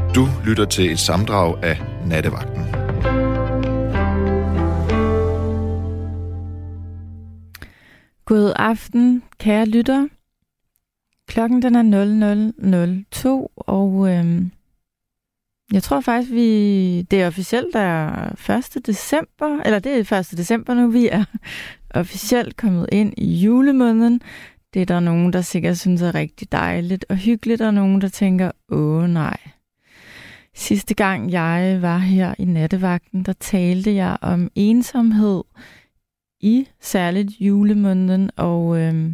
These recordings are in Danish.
Du lytter til et sammendrag af Nattevagten. God aften, kære lytter. Klokken den er 00:02, og jeg tror faktisk, det er officielt er 1. december, eller det er 1. december nu, vi er officielt kommet ind i julemåneden. Det er der nogen, der sikkert synes er rigtig dejligt og hyggeligt, og nogen, der tænker, nej. Sidste gang jeg var her i Nattevagten, der talte jeg om ensomhed i særligt julemåneden, og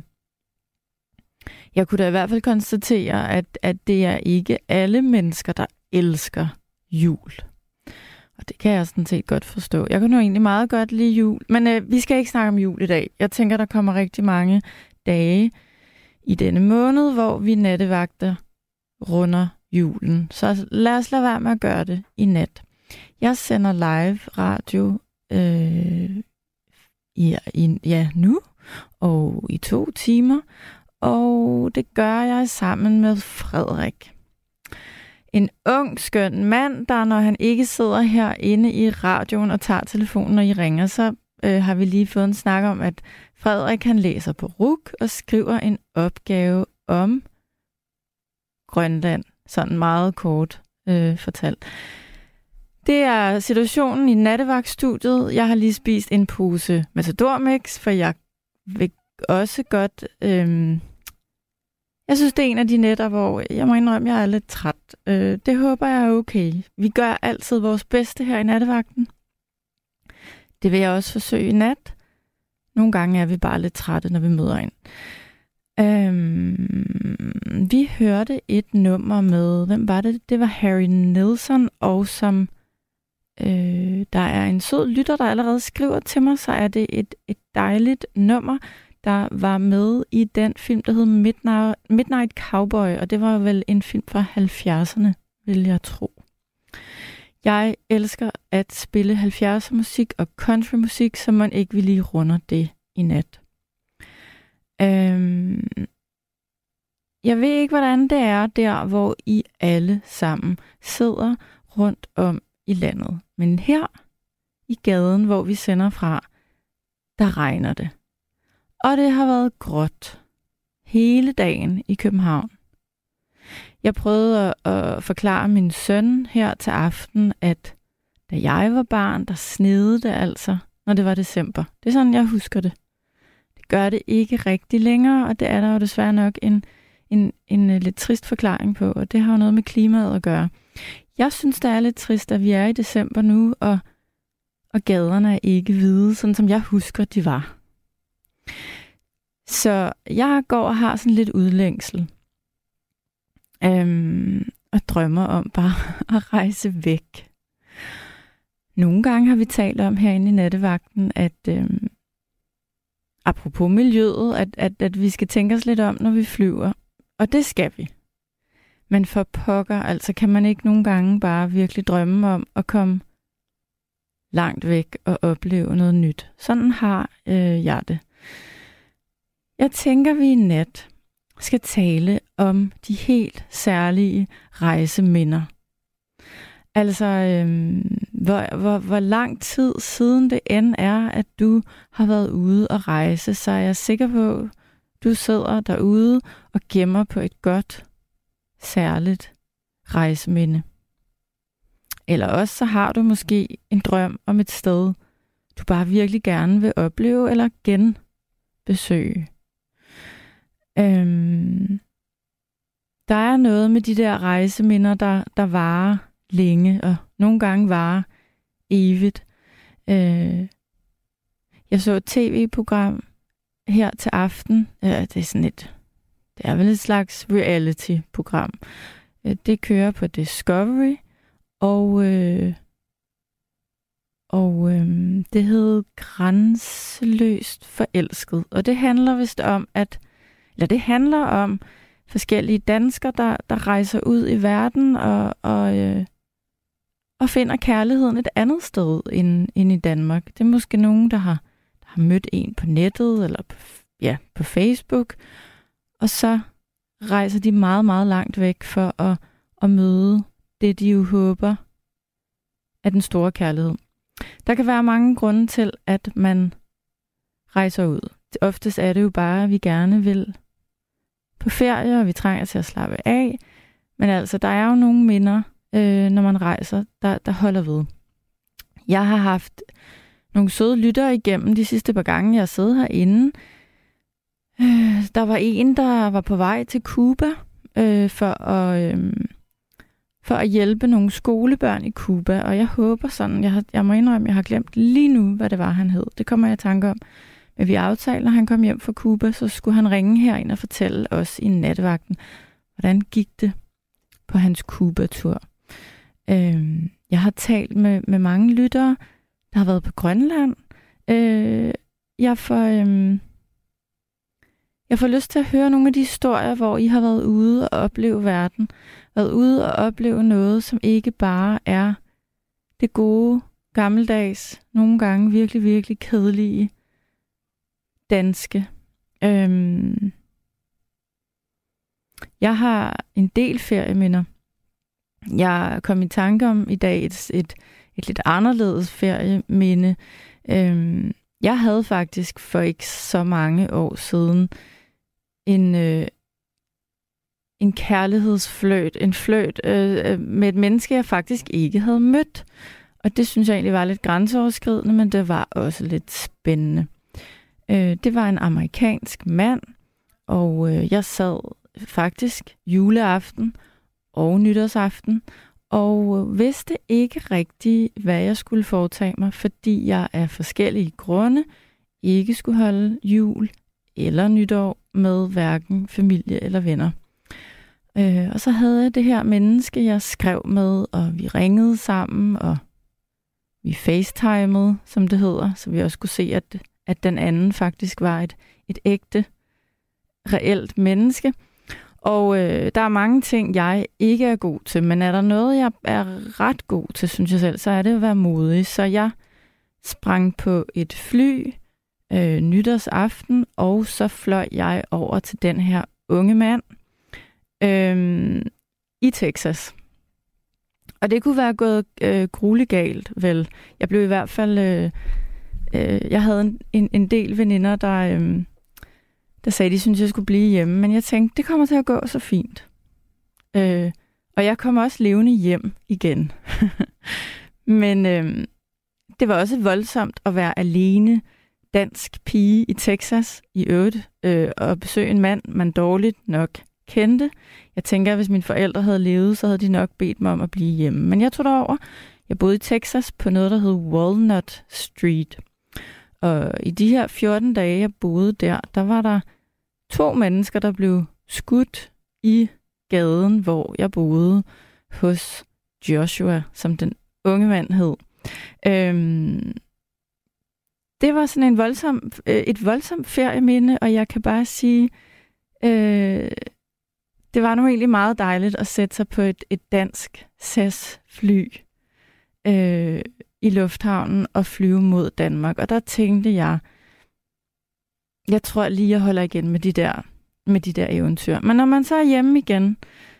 jeg kunne da i hvert fald konstatere, at det er ikke alle mennesker, der elsker jul. Og det kan jeg sådan set godt forstå. Jeg kan nu egentlig meget godt lide jul, men vi skal ikke snakke om jul i dag. Jeg tænker, der kommer rigtig mange dage i denne måned, hvor vi nattevagter runder julen. Så lad os lade være med at gøre det i nat. Jeg sender live radio nu og i 2 timer, og det gør jeg sammen med Frederik. En ung, skøn mand, der når han ikke sidder herinde i radioen og tager telefonen, når I ringer, så har vi lige fået en snak om, at Frederik han læser på RUC og skriver en opgave om Grønland. Sådan meget kort fortalt. Det er situationen i nattevagtstudiet. Jeg har lige spist en pose Matador-mix, for jeg vil også godt... jeg synes, det er en af de nætter, hvor jeg må indrømme, at jeg er lidt træt. Det håber jeg er okay. Vi gør altid vores bedste her i nattevagten. Det vil jeg også forsøge i nat. Nogle gange er vi bare lidt trætte, når vi møder ind. Vi hørte et nummer med... Hvem var det? Det var Harry Nilsson, og som... der er en sød lytter, der allerede skriver til mig, så er det et dejligt nummer, der var med i den film, der hed Midnight Cowboy, og det var vel en film fra 70'erne, vil jeg tro. Jeg elsker at spille 70'er musik og countrymusik, så man ikke vil lige runde det i nat. Jeg ved ikke, hvordan det er der, hvor I alle sammen sidder rundt om i landet. Men her i gaden, hvor vi sender fra, der regner det. Og det har været gråt hele dagen i København. Jeg prøvede at forklare min søn her til aften, at da jeg var barn, der snede det altså, når det var december. Det er sådan, jeg husker det. Det gør det ikke rigtig længere, og det er der jo desværre nok en lidt trist forklaring på, og det har jo noget med klimaet at gøre. Jeg synes, det er lidt trist, at vi er i december nu, og gaderne er ikke hvide, sådan som jeg husker, de var. Så jeg går og har sådan lidt udlængsel. Og drømmer om bare at rejse væk. Nogle gange har vi talt om herinde i nattevagten, at apropos miljøet, at vi skal tænke os lidt om, når vi flyver. Og det skal vi. Men for pokker, altså kan man ikke nogle gange bare virkelig drømme om at komme langt væk og opleve noget nyt. Sådan har jeg det. Jeg tænker, vi i nat skal tale om de helt særlige rejseminder. Altså, hvor lang tid siden det end er, at du har været ude og rejse, så er jeg sikker på, at du sidder derude og gemmer på et godt, særligt rejseminde. Eller også så har du måske en drøm om et sted, du bare virkelig gerne vil opleve eller genbesøge. Der er noget med de der rejseminder, der varer længe, og nogle gange varer evigt. Jeg så et tv-program her til aften. Det er sådan det er vel et slags reality-program. Det kører på Discovery, og det hed Grænseløst forelsket. Og det handler vist om, det handler om forskellige danskere, der rejser ud i verden og finder kærligheden et andet sted end i Danmark. Det er måske nogen, der har mødt en på nettet eller på Facebook, og så rejser de meget, meget langt væk for at møde det, de jo håber er den store kærlighed. Der kan være mange grunde til, at man rejser ud. Oftest er det jo bare, at vi gerne vil på ferie, og vi trænger til at slappe af. Men altså, der er jo nogle minder, når man rejser, der holder ved. Jeg har haft nogle søde lyttere igennem de sidste par gange, jeg har siddet herinde. Der var en, der var på vej til Cuba for at hjælpe nogle skolebørn i Cuba, og jeg håber sådan, jeg må indrømme, jeg har glemt lige nu, hvad det var, han hed. Det kommer jeg i tanke om. Men vi aftalte, når han kom hjem fra Cuba, så skulle han ringe herind og fortælle os i nattevagten, hvordan gik det på hans Cuba-tur. Jeg har talt med mange lyttere, der har været på Grønland. Jeg får lyst til at høre nogle af de historier, hvor I har været ude og opleve verden. Været ude og opleve noget, som ikke bare er det gode, gammeldags, nogle gange virkelig, virkelig kedelige danske. Jeg har en del ferieminder. Jeg kom i tanke om i dag et lidt anderledes ferieminde. Jeg havde faktisk for ikke så mange år siden en kærlighedsfløjt, en fløjt med et menneske, jeg faktisk ikke havde mødt. Og det synes jeg egentlig var lidt grænseoverskridende, men det var også lidt spændende. Det var en amerikansk mand, og jeg sad faktisk juleaften og nytårsaften, og vidste ikke rigtigt, hvad jeg skulle foretage mig, fordi jeg af forskellige grunde ikke skulle holde jul eller nytår med hverken familie eller venner. Og så havde jeg det her menneske, jeg skrev med, og vi ringede sammen, og vi facetimede, som det hedder, så vi også kunne se, at den anden faktisk var et ægte, reelt menneske. Og der er mange ting, jeg ikke er god til, men er der noget, jeg er ret god til, synes jeg selv, så er det at være modig. Så jeg sprang på et fly nytårsaften, og så fløj jeg over til den her unge mand i Texas. Og det kunne være gået grueligt galt, vel. Jeg blev i hvert fald... jeg havde en del veninder, der sagde, de syntes, jeg skulle blive hjemme. Men jeg tænkte, det kommer til at gå så fint. Og jeg kom også levende hjem igen. Men det var også voldsomt at være alene dansk pige i Texas i øvrigt, og besøge en mand, man dårligt nok kendte. Jeg tænker, at hvis mine forældre havde levet, så havde de nok bedt mig om at blive hjemme. Men jeg tog derover. Jeg boede i Texas på noget, der hed Walnut Street. Og i de her 14 dage, jeg boede der var der 2 mennesker, der blev skudt i gaden, hvor jeg boede hos Joshua, som den unge mand hed. Det var sådan et voldsomt ferieminde, og jeg kan bare sige, det var nu egentlig meget dejligt at sætte sig på et dansk SAS-fly i lufthavnen og flyve mod Danmark. Og der tænkte jeg tror lige, jeg holder igen med de der eventyr. Men når man så er hjemme igen,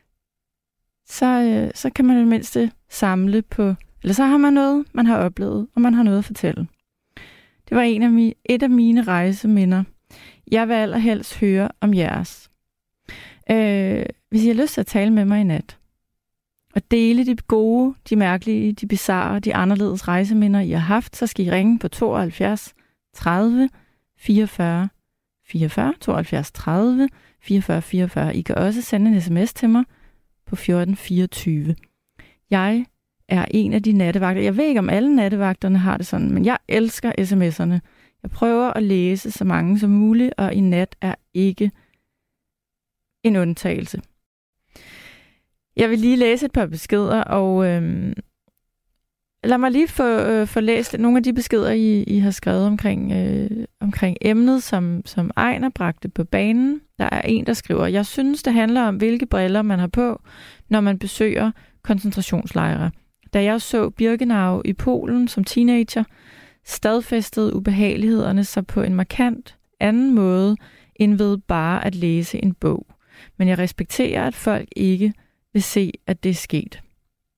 så kan man i det mindste samle på, eller så har man noget, man har oplevet, og man har noget at fortælle. Det var et af mine rejseminder. Jeg vil allerhelst høre om jeres. Hvis I har lyst til at tale med mig i nat, og dele de gode, de mærkelige, de bizarre, de anderledes rejseminder, I har haft, så skal I ringe på 72 30 44 44, 72 30 44 44. I kan også sende en sms til mig på 1424. Jeg er en af de nattevagter. Jeg ved ikke, om alle nattevagterne har det sådan, men jeg elsker sms'erne. Jeg prøver at læse så mange som muligt, og i nat er ikke en undtagelse. Jeg vil lige læse et par beskeder, og lad mig lige få læst nogle af de beskeder, I har skrevet omkring emnet, som Ejner bragte på banen. Der er en, der skriver, jeg synes, det handler om, hvilke briller man har på, når man besøger koncentrationslejre. Da jeg så Birkenau i Polen som teenager, stadfæstede ubehagelighederne sig på en markant anden måde, end ved bare at læse en bog. Men jeg respekterer, at folk ikke vil se, at det er sket.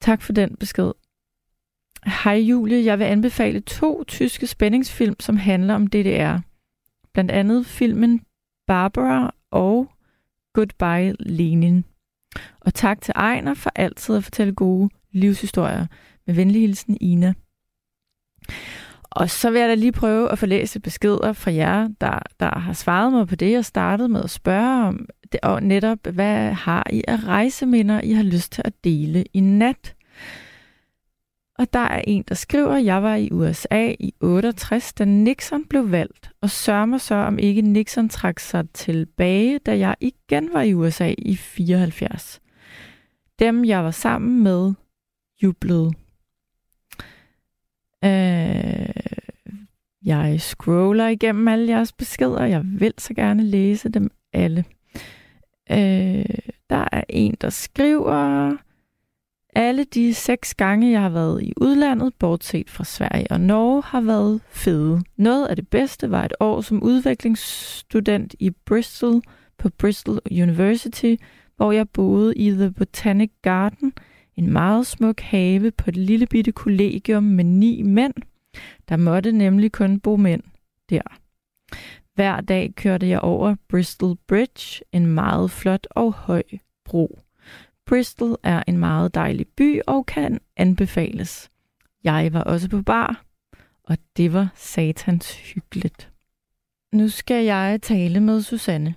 Tak for den besked. Hej Julie, jeg vil anbefale 2 tyske spændingsfilm, som handler om DDR. Blandt andet filmen Barbara og Goodbye Lenin. Og tak til Ejner for altid at fortælle gode livshistorier. Med venlig hilsen, Ina. Og så vil jeg da lige prøve at få læst beskeder fra jer, der har svaret mig på det. Jeg startede med at spørge om det, og netop, hvad har I af rejseminder, I har lyst til at dele i nat? Og der er en, der skriver, at jeg var i USA i 68, da Nixon blev valgt, og sørger mig så, om ikke Nixon trak sig tilbage, da jeg igen var i USA i 74. Dem, jeg var sammen med, jublede. Jeg scroller igennem alle jeres beskeder. Jeg vil så gerne læse dem alle. Der er en, der skriver... Alle de 6 gange, jeg har været i udlandet, bortset fra Sverige og Norge, har været fede. Noget af det bedste var et år som udviklingsstudent i Bristol på Bristol University, hvor jeg boede i The Botanic Garden, en meget smuk have på et lille bitte kollegium med 9 mænd. Der måtte nemlig kun bo mænd der. Hver dag kørte jeg over Bristol Bridge, en meget flot og høj bro. Bristol er en meget dejlig by og kan anbefales. Jeg var også på bar, og det var satans hyggeligt. Nu skal jeg tale med Susanne.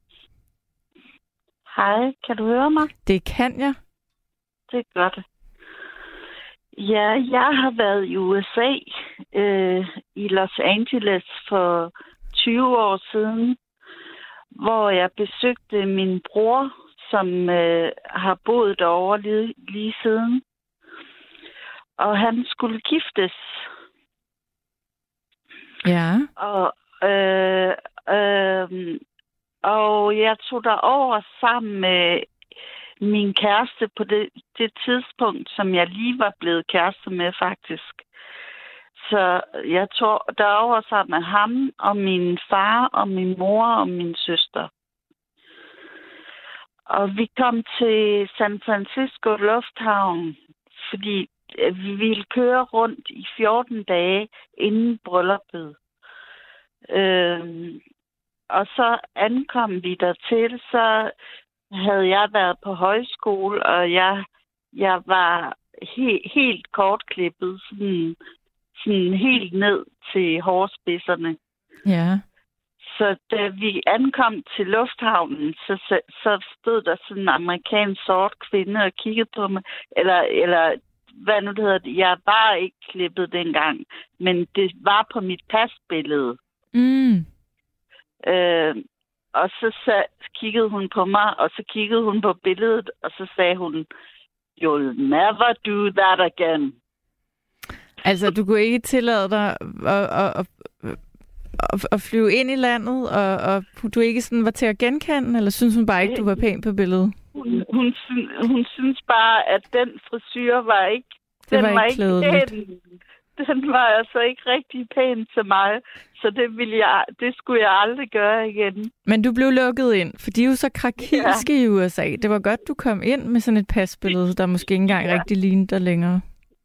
Hej, kan du høre mig? Det kan jeg. Det gør det. Ja, jeg har været i USA, i Los Angeles for 20 år siden, hvor jeg besøgte min bror, som har boet derovre lige siden. Og han skulle giftes. Ja. Og jeg tog derover sammen med min kæreste på det tidspunkt, som jeg lige var blevet kæreste med, faktisk. Så jeg tog derover sammen med ham og min far og min mor og min søster. Og vi kom til San Francisco Lufthavn, fordi vi ville køre rundt i 14 dage inden brylluppet. Og så ankom vi dertil, så havde jeg været på højskole, og jeg var helt kortklippet, sådan helt ned til hårspidserne. Ja. Så da vi ankom til lufthavnen, så stod der sådan en amerikansk sort kvinde og kiggede på mig. Eller hvad nu det hedder. Jeg var ikke klippet dengang, men det var på mit pasbillede. Mm. Og så kiggede hun på mig, og så kiggede hun på billedet, og så sagde hun, "You'll never do that again." Altså, du kunne ikke tillade dig at flyve ind i landet, og du ikke sådan var til at genkende, eller synes hun bare ikke, du var pæn på billedet? Hun synes bare, at den frisyr var ikke... Den var ikke pæn. Den var altså ikke rigtig pæn til mig, så det skulle jeg aldrig gøre igen. Men du blev lukket ind, for de er jo så krakilske i USA. Det var godt, du kom ind med sådan et pasbillede, der måske ikke engang rigtig lignede dig længere.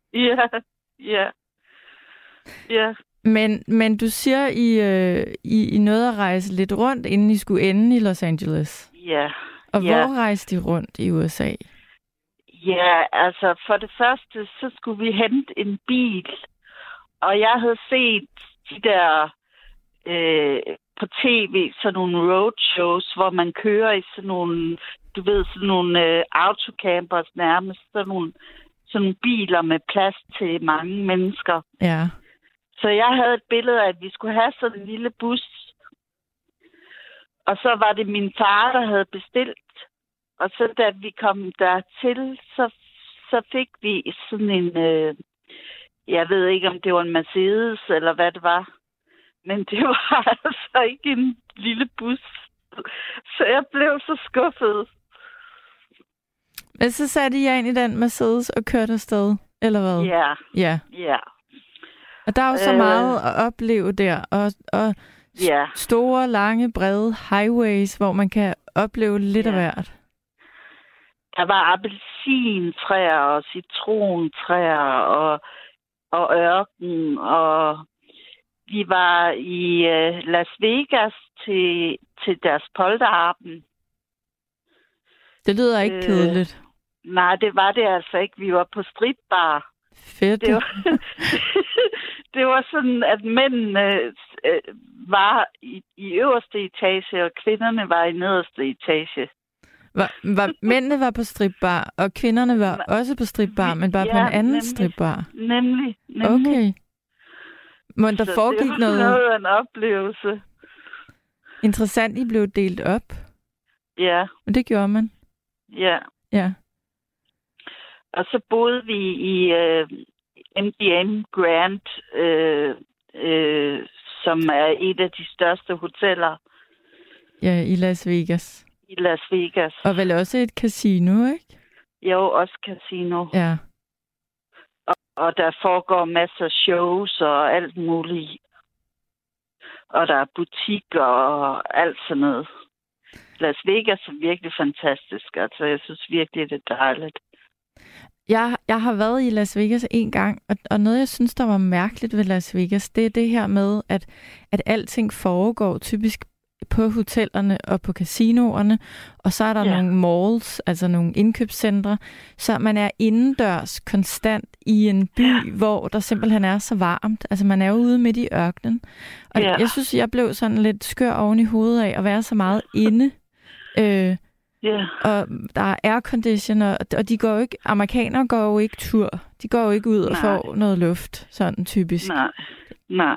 Ja. Men du siger, I nåede at rejse lidt rundt, inden I skulle ende i Los Angeles. Ja. Og hvor rejste I rundt i USA? Ja, altså for det første, så skulle vi hente en bil. Og jeg havde set de der på tv, sådan nogle roadshows, hvor man kører i sådan nogle, du ved, sådan nogle autocampers nærmest, sådan nogle biler med plads til mange mennesker. Ja. Så jeg havde et billede af, at vi skulle have sådan en lille bus. Og så var det min far, der havde bestilt. Og så da vi kom dertil, så fik vi sådan en... jeg ved ikke, om det var en Mercedes, eller hvad det var. Men det var altså ikke en lille bus. Så jeg blev så skuffet. Men så satte jeg ind i den Mercedes og kørte afsted, eller hvad? Ja. Og der er jo så meget at opleve der, og store, lange, brede highways, hvor man kan opleve lidt af hvert. Der var appelsintræer og citrontræer og ørken, og vi var i Las Vegas til deres polterappen. Det lyder ikke kedeligt. Nej, det var det altså ikke. Vi var på stripbar. Fedt. Det var sådan, at mændene var i øverste etage, og kvinderne var i nederste etage. Mændene var på stripbar, og kvinderne var også på stripbar, men bare på en anden stripbar? Nemlig. Okay. Men der foregik noget af en oplevelse. Interessant, I blev delt op? Ja. Og det gjorde man? Ja. Og så boede vi i MGM Grand, som er et af de største hoteller. Ja, i Las Vegas. I Las Vegas. Og vel også et casino, ikke? Jo, også casino. Ja. Og der foregår masser af shows og alt muligt. Og der er butikker og alt sådan noget. Las Vegas er virkelig fantastisk. Altså, jeg synes virkelig, det er dejligt. Jeg har været i Las Vegas en gang, og noget, jeg synes, der var mærkeligt ved Las Vegas, det er det her med, at alting foregår typisk på hotellerne og på casinoerne, og så er der nogle malls, altså nogle indkøbscentre, så man er indendørs konstant i en by, hvor der simpelthen er så varmt. Altså man er ude midt i ørkenen. Og jeg synes, jeg blev sådan lidt skør oven i hovedet af at være så meget inde. Og der er aircondition, og de går jo ikke, amerikanere går jo ikke tur. De går jo ikke ud og får noget luft, sådan typisk. Nej.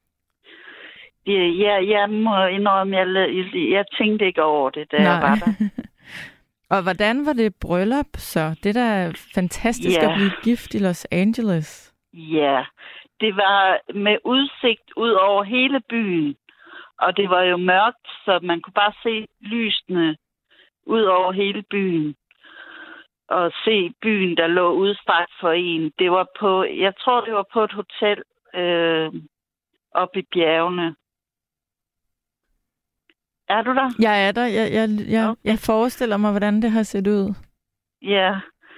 Jeg må indrømme, jeg tænkte ikke over det, da jeg var der. Og hvordan var det bryllup så? Det der er fantastisk at blive gift i Los Angeles. Ja, det var med udsigt ud over hele byen. Og det var jo mørkt, så man kunne bare se lysene ud over hele byen. Og se byen, der lå udstrakt for en. Det var jeg tror, det var på et hotel oppe i bjergene. Er du der? Jeg er der. Jeg forestiller mig, hvordan det har set ud. Ja.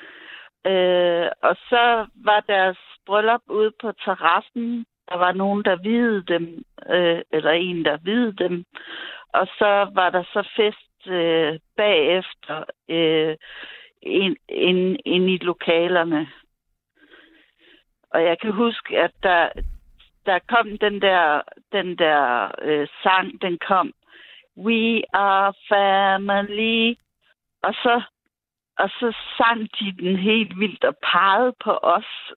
Og så var deres bryllup ude på terrassen. Der var nogen, der viede dem. Eller en, der viede dem. Og så var der så fest bagefter ind i lokalerne. Og jeg kan huske, at der kom den der sang, den kom. We are family. Og så sang de den helt vildt og pegede på os.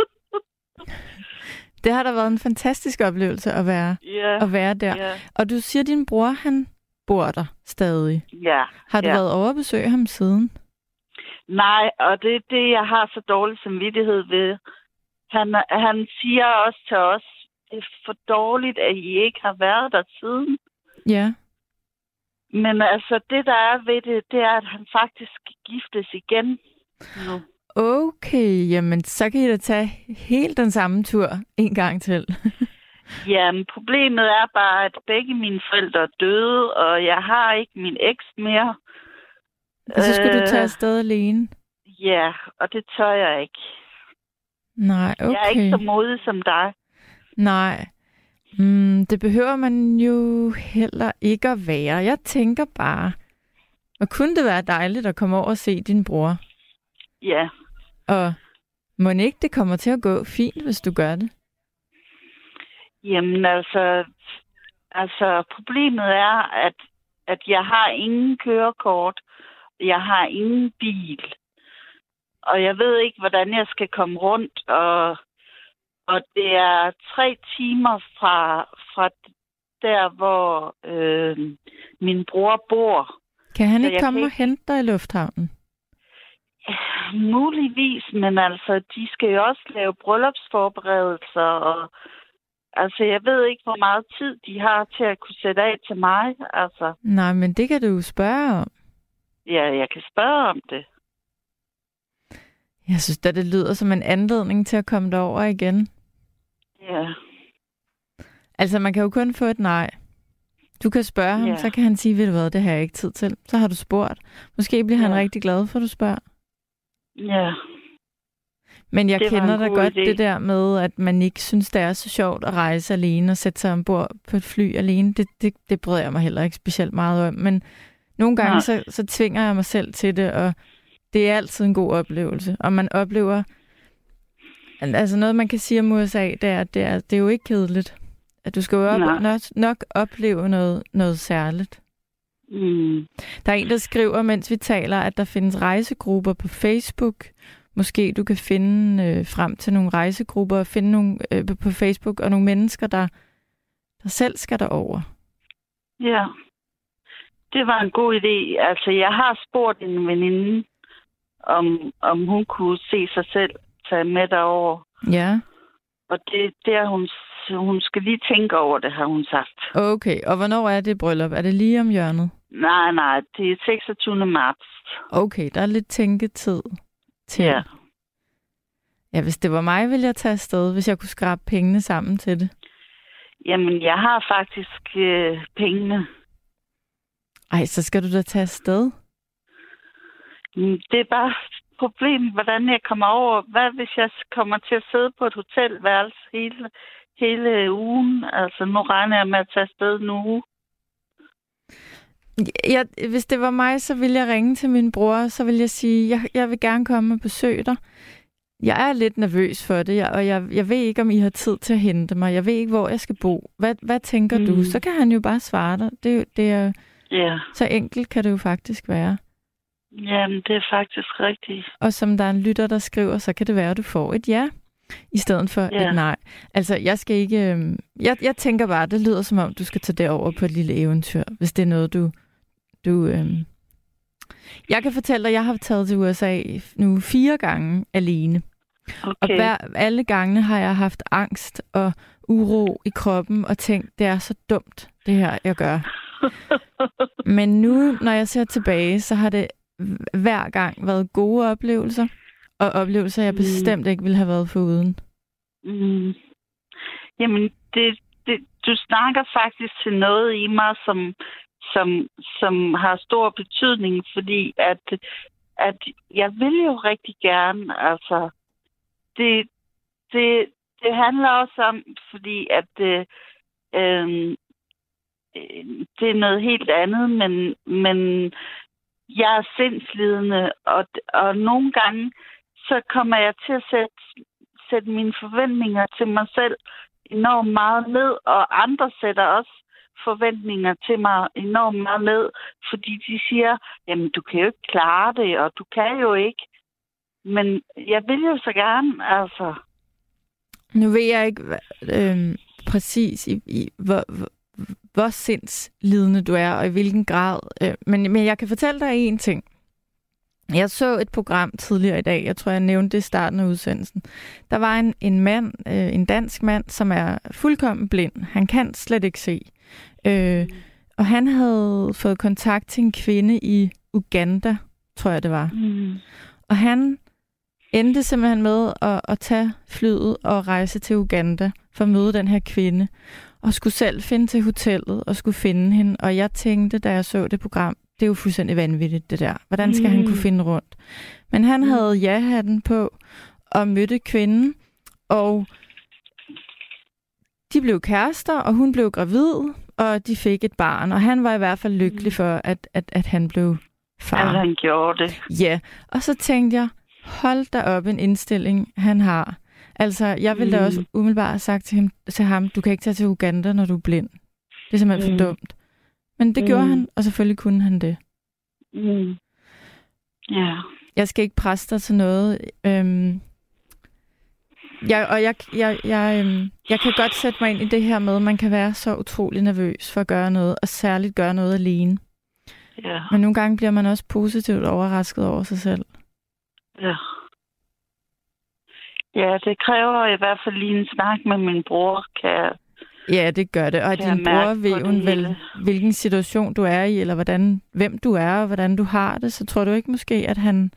Det har da været en fantastisk oplevelse at være der. Yeah. Og du siger, at din bror, han bor der stadig. Ja. Har du været over at besøge ham siden? Nej, og det er det, jeg har så dårlig samvittighed ved. Han siger også til os, det er for dårligt, at I ikke har været der siden. Ja. Men altså, det der er ved det er, at han faktisk giftes igen nu. Okay, jamen så kan I da tage helt den samme tur en gang til. Jamen, problemet er bare, at begge mine forældre er døde, og jeg har ikke min eks mere. Og så skal du tage afsted alene? Ja, og det tør jeg ikke. Nej, okay. Jeg er ikke så modig som dig. Nej. Det behøver man jo heller ikke at være. Jeg tænker bare, og kunne det være dejligt at komme over og se din bror? Ja. Og må ikke det kommer til at gå fint, hvis du gør det? Jamen altså problemet er, at jeg har ingen kørekort. Jeg har ingen bil. Og jeg ved ikke, hvordan jeg skal komme rundt. Og det er 3 timer fra der, hvor min bror bor. Kan han ikke komme og hente dig i lufthavnen? Muligvis, men altså, de skal jo også lave bryllupsforberedelser, og altså, jeg ved ikke, hvor meget tid de har til at kunne sætte af til mig, altså. Nej, men det kan du jo spørge om. Ja, jeg kan spørge om det. Jeg synes da, det lyder som en anledning til at komme derover igen. Ja. Altså, man kan jo kun få et nej. Du kan spørge ham, så kan han sige, ved du hvad, det har jeg ikke tid til. Så har du spurgt. Måske bliver han rigtig glad for, at du spørger. Ja. Men jeg kender da godt det der med, at man ikke synes, det er så sjovt at rejse alene og sætte sig ombord på et fly alene. Det bryder jeg mig heller ikke specielt meget om. Men nogle gange, så tvinger jeg mig selv til det, og det er altid en god oplevelse. Og man oplever... Altså noget, man kan sige om USA, det er jo ikke kedeligt. At du skal jo nok opleve noget særligt. Mm. Der er en, der skriver, mens vi taler, at der findes rejsegrupper på Facebook. Måske du kan finde frem til nogle rejsegrupper og finde nogle på Facebook og nogle mennesker, der selv skal derover. Ja, det var en god idé. Altså, jeg har spurgt en veninde, om hun kunne se sig selv tage med derover. Ja. Og det er hun skal lige tænke over det, har hun sagt. Okay, og hvornår er det bryllup? Er det lige om hjørnet? Nej, det er 26. marts. Okay, der er lidt tænketid til. Ja. Ja, hvis det var mig, ville jeg tage afsted, hvis jeg kunne skrabe pengene sammen til det. Jamen, jeg har faktisk pengene. Ej, så skal du da tage afsted? Det er bare problemet, hvordan jeg kommer over. Hvad hvis jeg kommer til at sidde på et hotelværelse hele ugen? Altså, nu regner jeg med at tage afsted nu. Hvis det var mig, så ville jeg ringe til min bror, så ville jeg sige, jeg vil gerne komme og besøge dig. Jeg er lidt nervøs for det, og jeg ved ikke, om I har tid til at hente mig. Jeg ved ikke, hvor jeg skal bo. Hvad tænker du? Så kan han jo bare svare dig. Det er så enkelt kan det jo faktisk være. Jamen, det er faktisk rigtigt. Og som der er en lytter, der skriver, så kan det være, at du får et ja, i stedet for et nej. Altså, jeg skal ikke... Jeg tænker bare, det lyder som om, du skal tage derover på et lille eventyr, hvis det er noget, du Jeg kan fortælle dig, at jeg har taget til USA nu 4 gange alene. Okay. Og alle gangene har jeg haft angst og uro i kroppen og tænkt, det er så dumt, det her, jeg gør. Men nu, når jeg ser tilbage, så har det hver gang været gode oplevelser, og oplevelser, jeg bestemt ikke ville have været foruden. Mm. Jamen, du snakker faktisk til noget i mig, som har stor betydning, fordi at jeg vil jo rigtig gerne, altså, det handler også om, fordi at det er noget helt andet, men jeg er sindslidende, og nogle gange, så kommer jeg til at sætte mine forventninger til mig selv enormt meget ned, og andre sætter også forventninger til mig enormt meget ned, fordi de siger, jamen du kan jo ikke klare det, og du kan jo ikke. Men jeg vil jo så gerne, altså. Nu ved jeg ikke præcis hvor sindslidende du er, og i hvilken grad. Men jeg kan fortælle dig en ting. Jeg så et program tidligere i dag, jeg tror, jeg nævnte det i starten af udsendelsen. Der var en mand, en dansk mand, som er fuldkommen blind. Han kan slet ikke se. Og han havde fået kontakt til en kvinde i Uganda, tror jeg det var. Mm. Og han endte simpelthen med at tage flyet og rejse til Uganda for at møde den her kvinde. Og skulle selv finde til hotellet og skulle finde hende. Og jeg tænkte, da jeg så det program, det er jo fuldstændig vanvittigt, det der. Hvordan skal han kunne finde rundt? Men han havde ja-hatten på og mødte kvinden, og de blev kærester, og hun blev gravid, og de fik et barn. Og han var i hvert fald lykkelig for, at han blev far. At han gjorde det. Ja, og så tænkte jeg, hold da op en indstilling, han har. Altså, jeg ville da også umiddelbart have sagt til ham, du kan ikke tage til Uganda, når du er blind. Det er simpelthen for dumt. Men det gjorde han, og selvfølgelig kunne han det. Mm. Ja. Jeg skal ikke presse dig til noget. Jeg kan godt sætte mig ind i det her med, at man kan være så utrolig nervøs for at gøre noget, og særligt gøre noget alene. Ja. Men nogle gange bliver man også positivt overrasket over sig selv. Ja. Ja, det kræver i hvert fald lige en snak med min bror, kan. Ja, det gør det. Og din bror ved jo vel, hvilken situation du er i, eller hvem du er, og hvordan du har det. Så tror du ikke måske, at han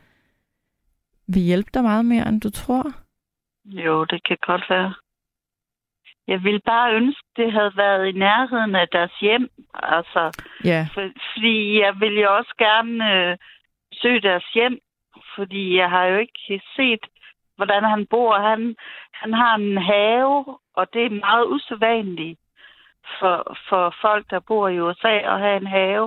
vil hjælpe dig meget mere, end du tror? Jo, det kan godt være. Jeg ville bare ønske, det havde været i nærheden af deres hjem. Altså, Ja. fordi jeg ville jo også gerne søge deres hjem. Fordi jeg har jo ikke set, hvordan han bor. Han har en have, og det er meget usædvanligt for folk, der bor i USA, at have en have.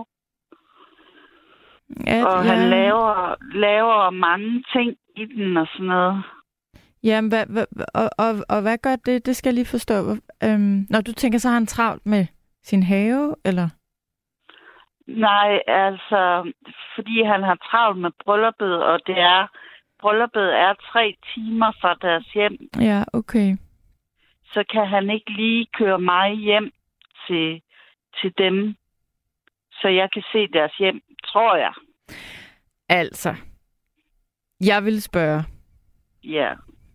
Og han laver mange ting i den og sådan noget. Jamen, og hvad gør det? Det skal jeg lige forstå. Når du tænker, så har han travlt med sin have, eller? Nej, altså, fordi han har travlt med brylluppet, og brylluppet er 3 timer fra deres hjem. Ja, okay. Så kan han ikke lige køre mig hjem til dem, så jeg kan se deres hjem, tror jeg. Altså, jeg vil spørge. Ja.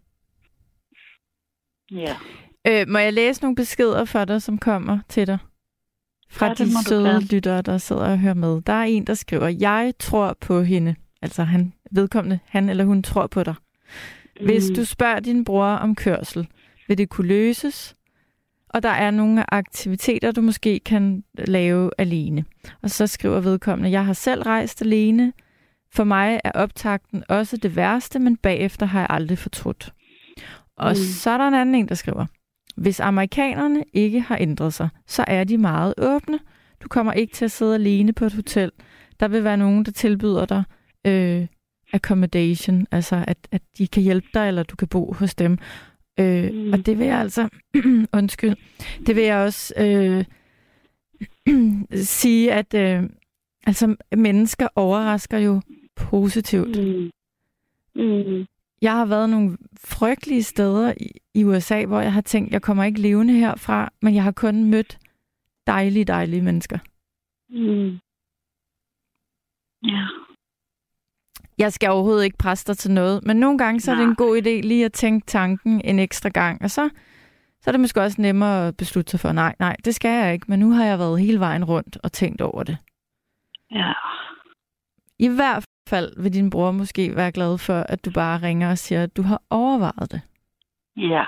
Ja. Må jeg læse nogle beskeder for dig, som kommer til dig? Fra de søde lyttere, der sidder og hører med. Der er en, der skriver, jeg tror på hende. Altså han eller hun tror på dig. Hvis du spørger din bror om kørsel, vil det kunne løses? Og der er nogle aktiviteter, du måske kan lave alene. Og så skriver vedkommende, jeg har selv rejst alene. For mig er optakten også det værste, men bagefter har jeg aldrig fortrudt. Og så er der en anden, der skriver, hvis amerikanerne ikke har ændret sig, så er de meget åbne. Du kommer ikke til at sidde alene på et hotel. Der vil være nogen, der tilbyder dig accommodation, altså at de kan hjælpe dig, eller du kan bo hos dem. Og det vil jeg altså, undskyld, det vil jeg også sige, at altså mennesker overrasker jo positivt. Jeg har været nogle frygtelige steder i USA, hvor jeg har tænkt, jeg kommer ikke levende herfra, men jeg har kun mødt dejlige mennesker. Ja. Jeg skal overhovedet ikke presse dig til noget, men nogle gange så er det en god idé lige at tænke tanken en ekstra gang, og så er det måske også nemmere at beslutte sig for, nej, det skal jeg ikke, men nu har jeg været hele vejen rundt og tænkt over det. Ja. I hvert fald vil din bror måske være glad for, at du bare ringer og siger, at du har overvejet det. Ja.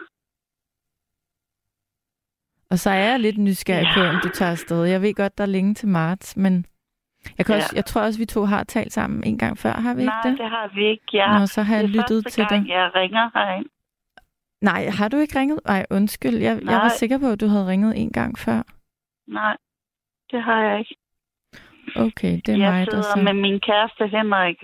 Og så er jeg lidt nysgerrig på, om du tager afsted. Jeg ved godt, der er længe til marts, men jeg tror også, vi to har talt sammen en gang før, har vi ikke det? Nej, det har vi ikke. Nå, så har jeg lyttet til dig. Jeg ringer herind. Nej, har du ikke ringet? Nej, undskyld. Jeg var sikker på, at du havde ringet en gang før. Nej, det har jeg ikke. Okay, det er mig, der Jeg sidder med min kæreste Henrik.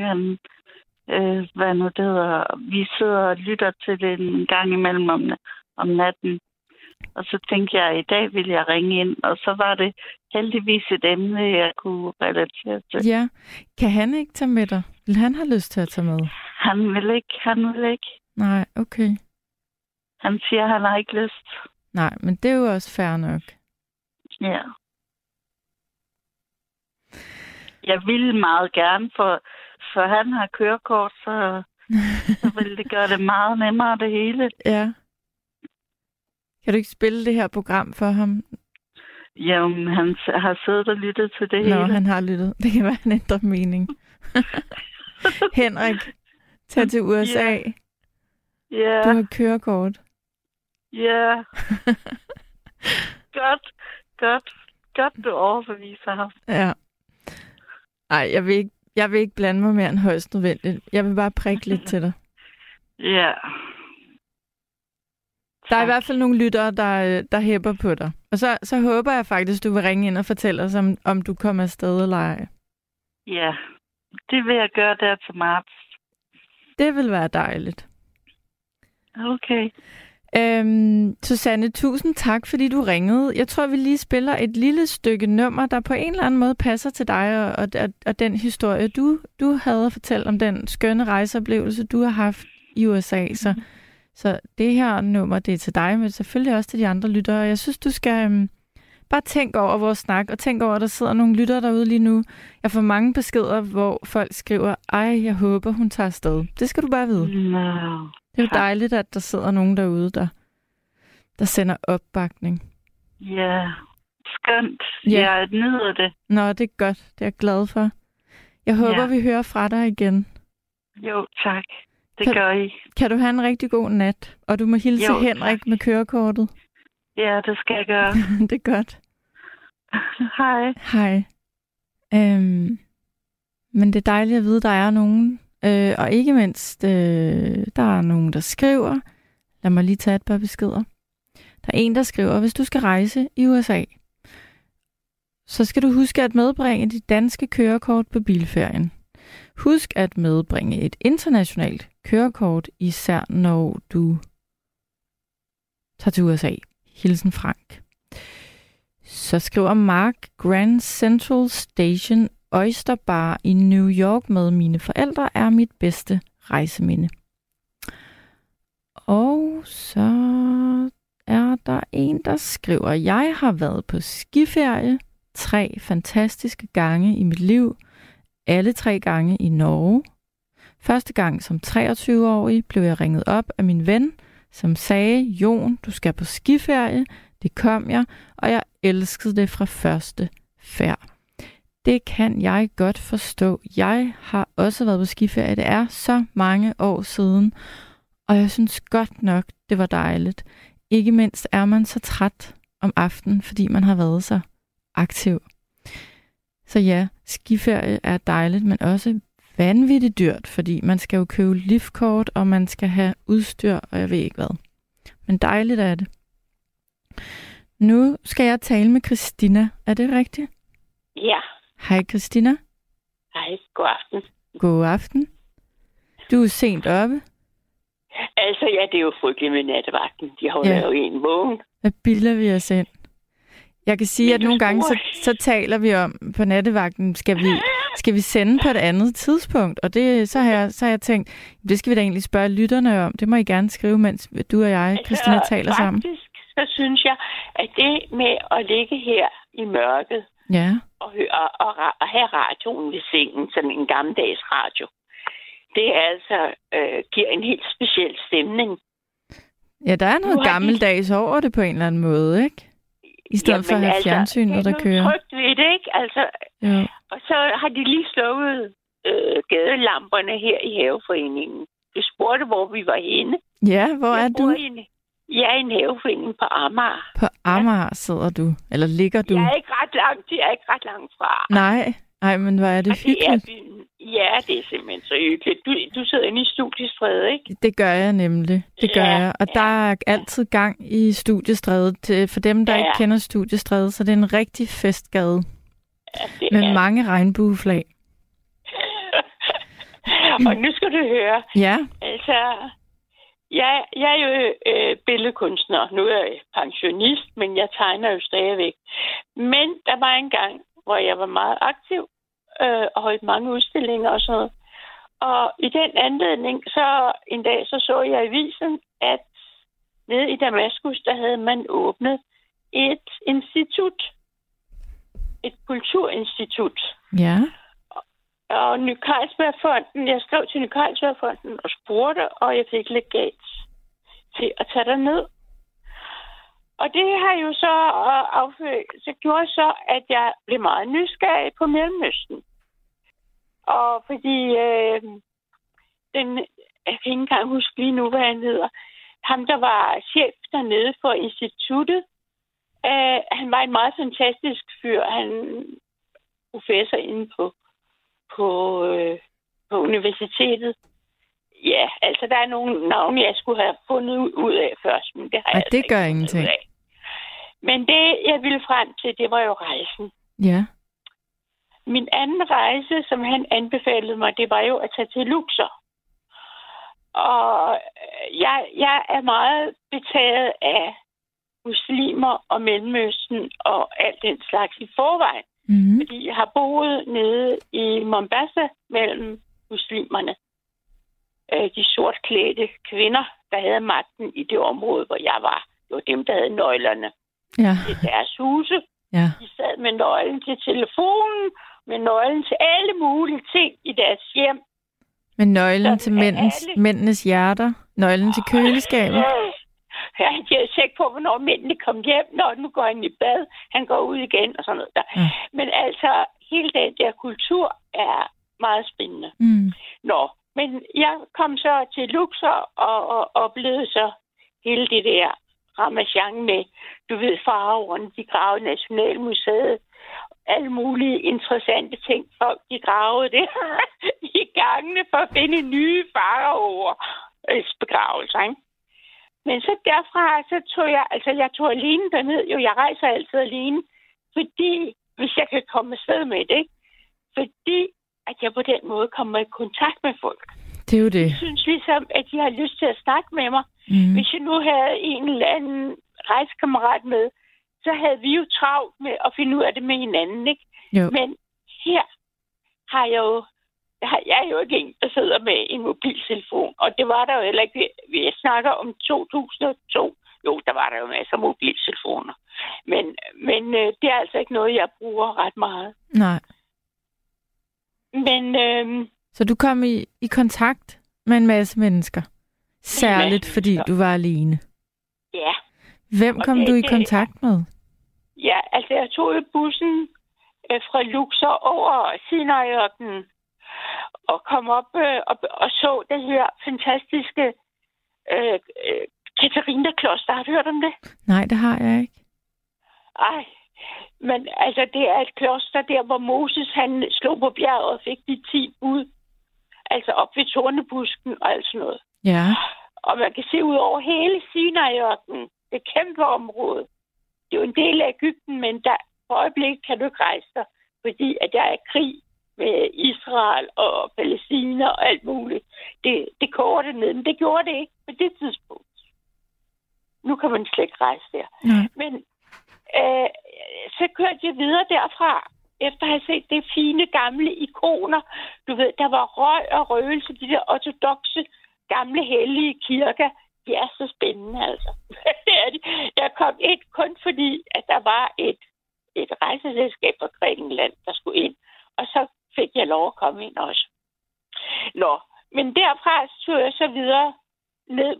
Vi sidder og lytter til det en gang imellem om natten. Og så tænkte jeg, at i dag ville jeg ringe ind. Og så var det heldigvis et emne, jeg kunne relatere til. Ja. Kan han ikke tage med dig? Vil han have lyst til at tage med? Han vil ikke. Nej, okay. Han siger, at han har ikke lyst. Nej, men det er jo også fair nok. Ja. Jeg ville meget gerne, for han har kørekort, så ville det gøre det meget nemmere, det hele. Ja. Kan du ikke spille det her program for ham? Jamen, han har siddet og lyttet til det hele. Nå, han har lyttet. Det kan være, han ændrer mening. Henrik, tag til USA. Ja. Du har kørekort. Ja. Godt, du overbeviser ham. Ja. Ej, jeg vil ikke blande mig mere end højst nødvendigt. Jeg vil bare prikke lidt til dig. Ja. Der er i hvert fald nogle lyttere, der hæpper på dig. Og så håber jeg faktisk, du vil ringe ind og fortælle os, om du kommer afsted eller ej. Ja, det vil jeg gøre der til marts. Det vil være dejligt. Okay. Susanne, tusind tak, fordi du ringede. Jeg tror, vi lige spiller et lille stykke nummer, der på en eller anden måde passer til dig og den historie, du havde at fortælle om den skønne rejseoplevelse, du har haft i USA. Så det her nummer, det er til dig, men selvfølgelig også til de andre lyttere. Jeg synes, du skal bare tænke over vores snak, og tænke over, at der sidder nogle lyttere derude lige nu. Jeg får mange beskeder, hvor folk skriver, ej, jeg håber, hun tager afsted. Det skal du bare vide. No. Det er jo dejligt, at der sidder nogen derude, der sender opbakning. Ja, skønt. Ja. Jeg nyder det. Nå, det er godt. Det er jeg glad for. Jeg håber, vi hører fra dig igen. Jo, tak. Det gør I. Kan du have en rigtig god nat? Og du må hilse Henrik med kørekortet. Ja, det skal jeg gøre. Det er godt. Hej. Hej. Men det er dejligt at vide, at der er nogen, og ikke mindst, der er nogen, der skriver. Lad mig lige tage et par beskeder. Der er en, der skriver, hvis du skal rejse i USA, så skal du huske at medbringe dit danske kørekort på bilferien. Husk at medbringe et internationalt kørekort, især når du tager til USA. Hilsen Frank. Så skriver Mark, Grand Central Station Oyster Bar i New York med mine forældre er mit bedste rejseminde. Og så er der en, der skriver, jeg har været på skiferie 3 fantastiske gange i mit liv. Alle 3 gange i Norge. Første gang som 23-årig blev jeg ringet op af min ven, som sagde, Jon, du skal på skiferie. Det kom jeg, og jeg elskede det fra første færd. Det kan jeg godt forstå. Jeg har også været på skiferie. Det er så mange år siden, og jeg synes godt nok, det var dejligt. Ikke mindst er man så træt om aftenen, fordi man har været så aktiv. Så ja, skiferie er dejligt, men også vanvittigt dyrt, fordi man skal jo købe liftkort, og man skal have udstyr, og jeg ved ikke hvad. Men dejligt er det. Nu skal jeg tale med Christina. Er det rigtigt? Ja. Hej Christina. Hej, god aften. God aften. Du er sent oppe. Altså, ja, det er jo frygteligt med nattevagten. De holder jo en vågen. Hvad bilder vi os ind? Jeg kan sige, at nogle gange, så taler vi om på nattevagten, skal vi sende på et andet tidspunkt? Og det, så har jeg tænkt, det skal vi da egentlig spørge lytterne om. Det må I gerne skrive, mens du og jeg, Christina, taler sammen. Faktisk, så synes jeg, at det med at ligge her i mørket og have radioen ved sengen, sådan en gammeldags radio, det altså giver en helt speciel stemning. Ja, der er noget gammeldags over det på en eller anden måde, ikke? I stedet for at have fjernsynet, der kører. Trygt ved det, ikke? Altså, og så har de lige slukket gadelamperne her i haveforeningen. Du spurgte, hvor vi var henne. Ja, hvor er du? Jeg er i en haveforening på Amager. På Amager sidder du? Eller ligger du? Jeg er ikke ret langt fra. Nej, men hvor er det hyggeligt. Ja, det er simpelthen så hyggeligt. Du sidder inde i Studiestræde, ikke? Det gør jeg nemlig. Det gør jeg. Og der er altid gang i Studiestræde. For dem, der ikke kender Studiestræde, så det er en rigtig festgade. Ja, med mange regnbueflag. Og nu skal du høre. Ja. Altså, jeg er jo billedkunstner. Nu er jeg pensionist, men jeg tegner jo stadigvæk. Men der var en gang, hvor jeg var meget aktiv og holdt mange udstillinger og sådan noget. Og i den anledning, så en dag så jeg i avisen, at nede i Damaskus, der havde man åbnet et institut. Et kulturinstitut. Ja. Og Ny Carlsbergfonden, jeg skrev til Ny Carlsbergfonden og spurgte, og jeg fik legat til at tage derned. Og det har jo så gjorde så, at jeg blev meget nysgerrig på Mellemøsten. Og fordi jeg kan ikke engang huske lige nu, hvad han hedder. Ham, der var chef dernede for instituttet, han var en meget fantastisk fyr. Han professor inde på universitetet. Ja, altså der er nogle navne, jeg skulle have fundet ud af først, men det har jeg det gør ingenting. Men det, jeg ville frem til, det var jo rejsen. Ja. Min anden rejse, som han anbefalede mig, det var jo at tage til Luxor. Og jeg er meget betaget af muslimer og Mellemøsten og alt den slags i forvejen. Mm-hmm. Fordi jeg har boet nede i Mombasa mellem muslimerne. De sortklædte kvinder, der havde magten i det område, hvor jeg var. Det var dem, der havde nøglerne til deres huse. Ja. De sad med nøglen til telefonen, med nøglen til alle mulige ting i deres hjem. Med nøglen til mændenes hjerter? Nøglen til køleskabet? Jeg er sikker på, hvornår mændene kom hjem. Nu går han i bad, han går ud igen og sådan noget der. Ja. Men altså, hele den der kultur er meget spændende. Mm. Men jeg kom så til Luxor og oplevede så hele det der ramachan med, du ved, farverne, de gravede Nationalmuseet, alle mulige interessante ting. Folk, de gravede det i gangene for at finde nye faraoers begravelser, ikke? Men så derfra, så tog jeg tog alene derned. Jo, jeg rejser altid alene, fordi, hvis jeg kan komme afsted med det, ikke? Fordi, at jeg på den måde kommer i kontakt med folk. Det er jo det. Jeg synes ligesom, at de har lyst til at snakke med mig. Hvis jeg nu havde en eller anden rejsekammerat med, så havde vi jo travlt med at finde ud af det med hinanden, ikke? Jo. Men her har jeg jo ikke en, der sidder med en mobiltelefon. Og det var der jo heller ikke. Jeg snakker om 2002. Jo, der var der jo masser af mobiltelefoner. Men det er altså ikke noget, jeg bruger ret meget. Nej. Men så du kom i kontakt med en masse mennesker? Særligt fordi du var alene? Ja. Hvem kom du i kontakt med? Ja, altså jeg tog bussen fra Luxor over Sinai-ørkenen og kom op og så det her fantastiske Katarina-kloster. Har du hørt om det? Nej, det har jeg ikke. Ej, men altså det er et kloster der, hvor Moses han slog på bjerget og fik de 10 bud. Altså op ved tornebusken og alt sådan noget. Ja. Og man kan se ud over hele Sinai-ørkenen. Det er et kæmpe område. Det er jo en del af Egypten, men der på øjeblikket kan du ikke rejse dig, fordi at der er krig med Israel og Palæstina og alt muligt. Det koger det ned, men det gjorde det ikke på det tidspunkt. Nu kan man slet ikke rejse der. Nej. Men så kørte jeg videre derfra, efter at have set det fine gamle ikoner. Du ved, der var røg og røgelse, de der ortodokse gamle hellige kirker. De er så spændende, altså. Det er de. Jeg kom ind kun fordi, at der var et rejseselskab fra Grækenland, der skulle ind. Og så fik jeg lov at komme ind også. Nå, men derfra tog jeg så videre ned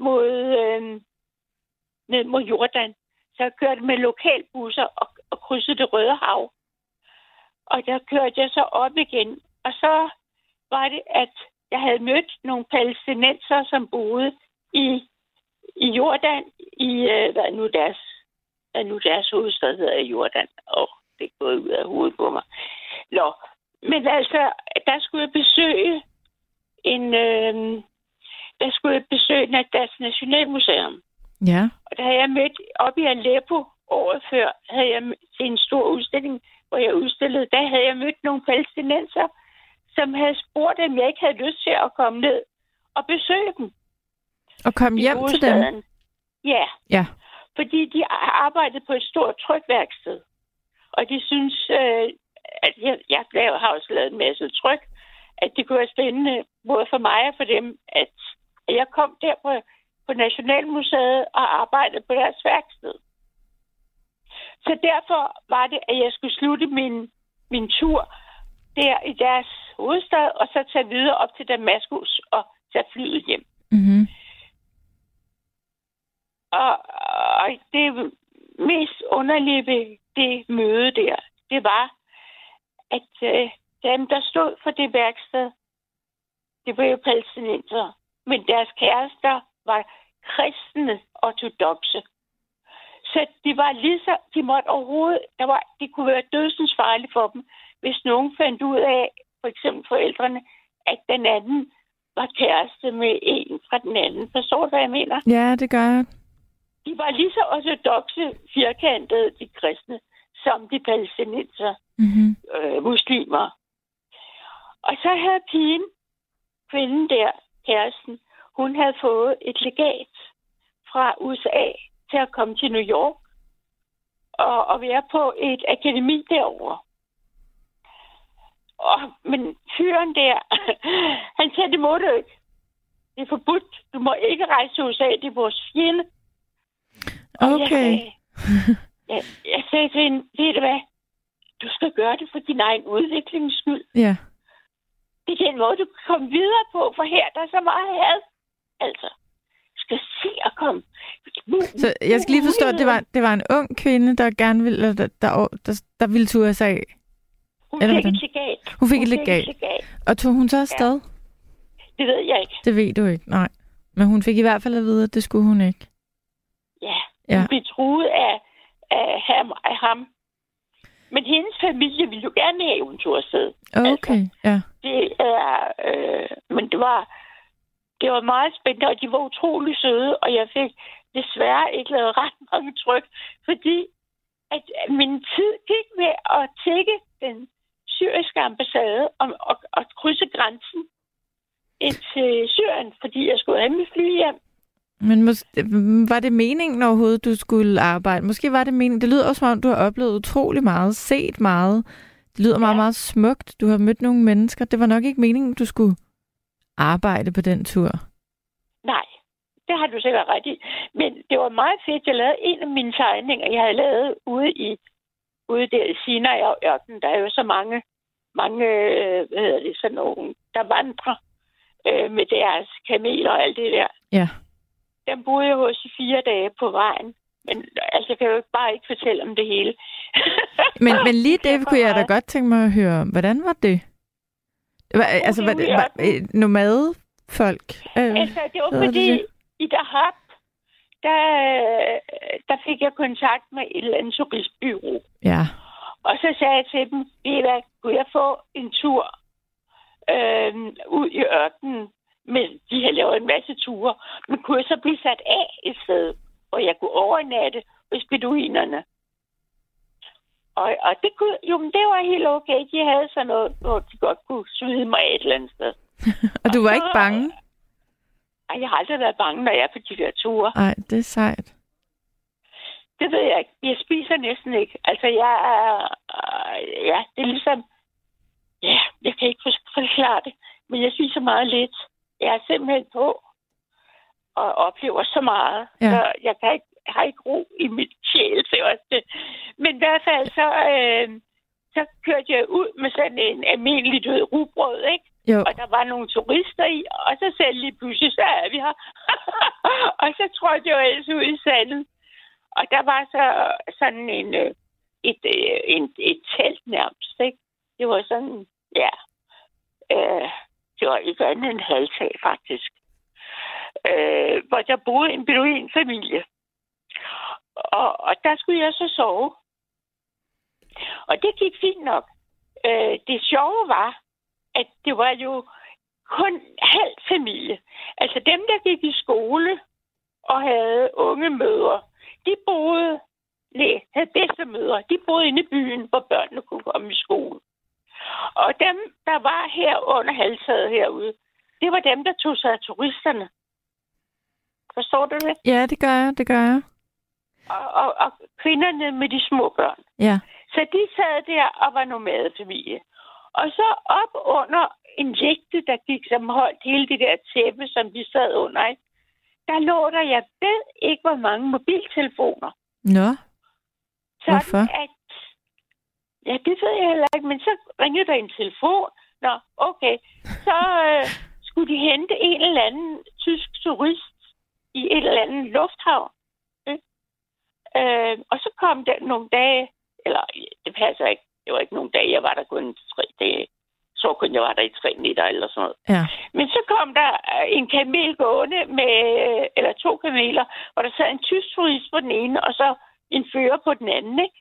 mod Jordan. Så jeg kørte med lokalbusser og krydsede det Røde Hav. Og der kørte jeg så op igen. Og så var det, at jeg havde mødt nogle palæstinenser, som boede i Jordan, hvad nu deres hovedstad hedder Jordan. Det er gået ud af hovedet på mig. Nå, men altså, der skulle jeg besøge Nadas Nationalmuseum. Ja. Og der havde jeg mødt op i Aleppo året før, havde jeg til en stor udstilling, hvor jeg udstillede, der havde jeg mødt nogle palæstinenser, som havde spurgt, om jeg ikke havde lyst til at komme ned og besøge dem. Og komme hjem til dem? Ja. Ja. Fordi de arbejdede på et stort trykværksted. Og de synes, at jeg har også lavet en masse tryk, at det kunne være spændende, både for mig og for dem, at jeg kom der på Nationalmuseet og arbejdede på deres værksted. Så derfor var det, at jeg skulle slutte min tur der i deres hovedstad, og så tage videre op til Damaskus og tage flyet hjem. Mm-hmm. Og det mest underlige ved det møde der, det var, at dem, der stod for det værksted, det var jo palæstinenser, men deres kærester var kristne ortodokse. Så de måtte overhovedet, det kunne være dødsensfarligt for dem, hvis nogen fandt ud af, for eksempel forældrene, at den anden var kæreste med en fra den anden. Forstår du, hvad jeg mener? Ja, det gør jeg. De var lige så ortodokse, firkantede, de kristne, som de palæstinenser, muslimer. Og så havde kvinden der, kæresten, hun havde fået et legat fra USA til at komme til New York og være på et akademi derovre. Men fyren der, han sagde, det må du ikke. Det er forbudt. Du må ikke rejse til USA, det er vores fjende. Okay. Jeg sagde til hende, ved du hvad? Du skal gøre det for din egen udviklings skyld. Ja. Det er den måde, du kan komme videre på, for her der er så meget had. Altså, du skal se at komme. Så jeg skal lige forstå, at det var en ung kvinde, der gerne ville, der ville til USA. Hun fik et legat. Hun fik et legat. Og tog hun så afsted? Det ved jeg ikke. Det ved du ikke, nej. Men hun fik i hvert fald at vide, at det skulle hun ikke. Ja. Hun blev truet af ham. Men hendes familie ville jo gerne have, at hun tog afsted. Okay, ja. Men det var meget spændende, og de var utrolig søde, og jeg fik desværre ikke lavet ret mange tryk, fordi at min tid gik med at tække den syriske ambassade og krydse grænsen ind til Syrien, fordi jeg skulle have mit fly hjem. Men var det meningen overhovedet, du skulle arbejde? Måske var det meningen. Det lyder også som om, du har oplevet utrolig meget, set meget. Det lyder meget, meget smukt. Du har mødt nogle mennesker. Det var nok ikke meningen, du skulle arbejde på den tur. Nej, det har du sikkert ret i. Men det var meget fedt. Jeg lavede en af mine tegninger, jeg havde lavet ude der i Sinai-ørkenen. Der er jo så mange sådan nogle, der vandrer med deres kameler og alt det der. Ja. Den boede jeg hos i 4 dage på vejen. Men altså, jeg kan jo bare ikke fortælle om det hele. men lige det kunne jeg da godt tænke mig at høre. Hvordan var det? Var det nomadefolk? Altså, det var fordi i Dahab, der fik jeg kontakt med et eller andet turistbyrå. Ja. Og så sagde jeg til dem, kunne jeg få en tur ud i ørkenen? Men de havde lavet en masse ture. Men kunne jeg så blive sat af et sted, hvor jeg kunne overnatte hos beduinerne? Og det kunne, det var helt okay. De havde sådan noget, hvor de godt kunne svide mig et eller andet sted. Og du var ikke bange? Nej, jeg har aldrig været bange, når jeg er på de der ture. Nej, det er sejt. Det ved jeg ikke. Jeg spiser næsten ikke. Altså, det er ligesom... Ja, jeg kan ikke forklare det. Men jeg spiser meget lidt. Jeg er simpelthen på og oplever så meget. Ja. Så jeg har ikke ro i mit sjæl til også det. Men i hvert fald så kørte jeg ud med sådan en almindelig rugbrød, ikke? Jo. Og der var nogle turister i, og så selv lige pludselig, så er vi her. Og så trådte jeg ellers ud i sandet. Og der var så sådan et telt nærmest, ikke? Det var sådan, ja... det var ikke andet end halvtag, faktisk. Hvor der boede en beduinfamilie. Og der skulle jeg så sove. Og det gik fint nok. Det sjove var, at det var jo kun halv familie. Altså dem, der gik i skole og havde unge mødre, havde bedstemødre, de boede inde i byen, hvor børnene kunne komme i skole. Og dem, der var her under halvtaget herude, det var dem, der tog sig af turisterne. Forstår du det? Ja, det gør jeg. Og kvinderne med de små børn. Ja. Så de sad der og var nomadefamilie. Og så op under en lægte, der gik, som holdt hele det der tæppe, som de sad under, ikke? Der lå der, jeg ved ikke, hvor mange mobiltelefoner. Nå. Hvorfor? Ja, det ved jeg heller ikke, men så ringede der en telefon. Nå, okay. Så skulle de hente en eller anden tysk turist i et eller andet lufthavn. Og så kom der nogle dage, eller det passer ikke, det var ikke nogle dage, jeg var der kun 3 dage. Så kun jeg var der i 3 nætter eller sådan noget. Ja. Men så kom der en kamel gående med, eller 2 kameler, hvor der sad en tysk turist på den ene, og så en fører på den anden, ikke?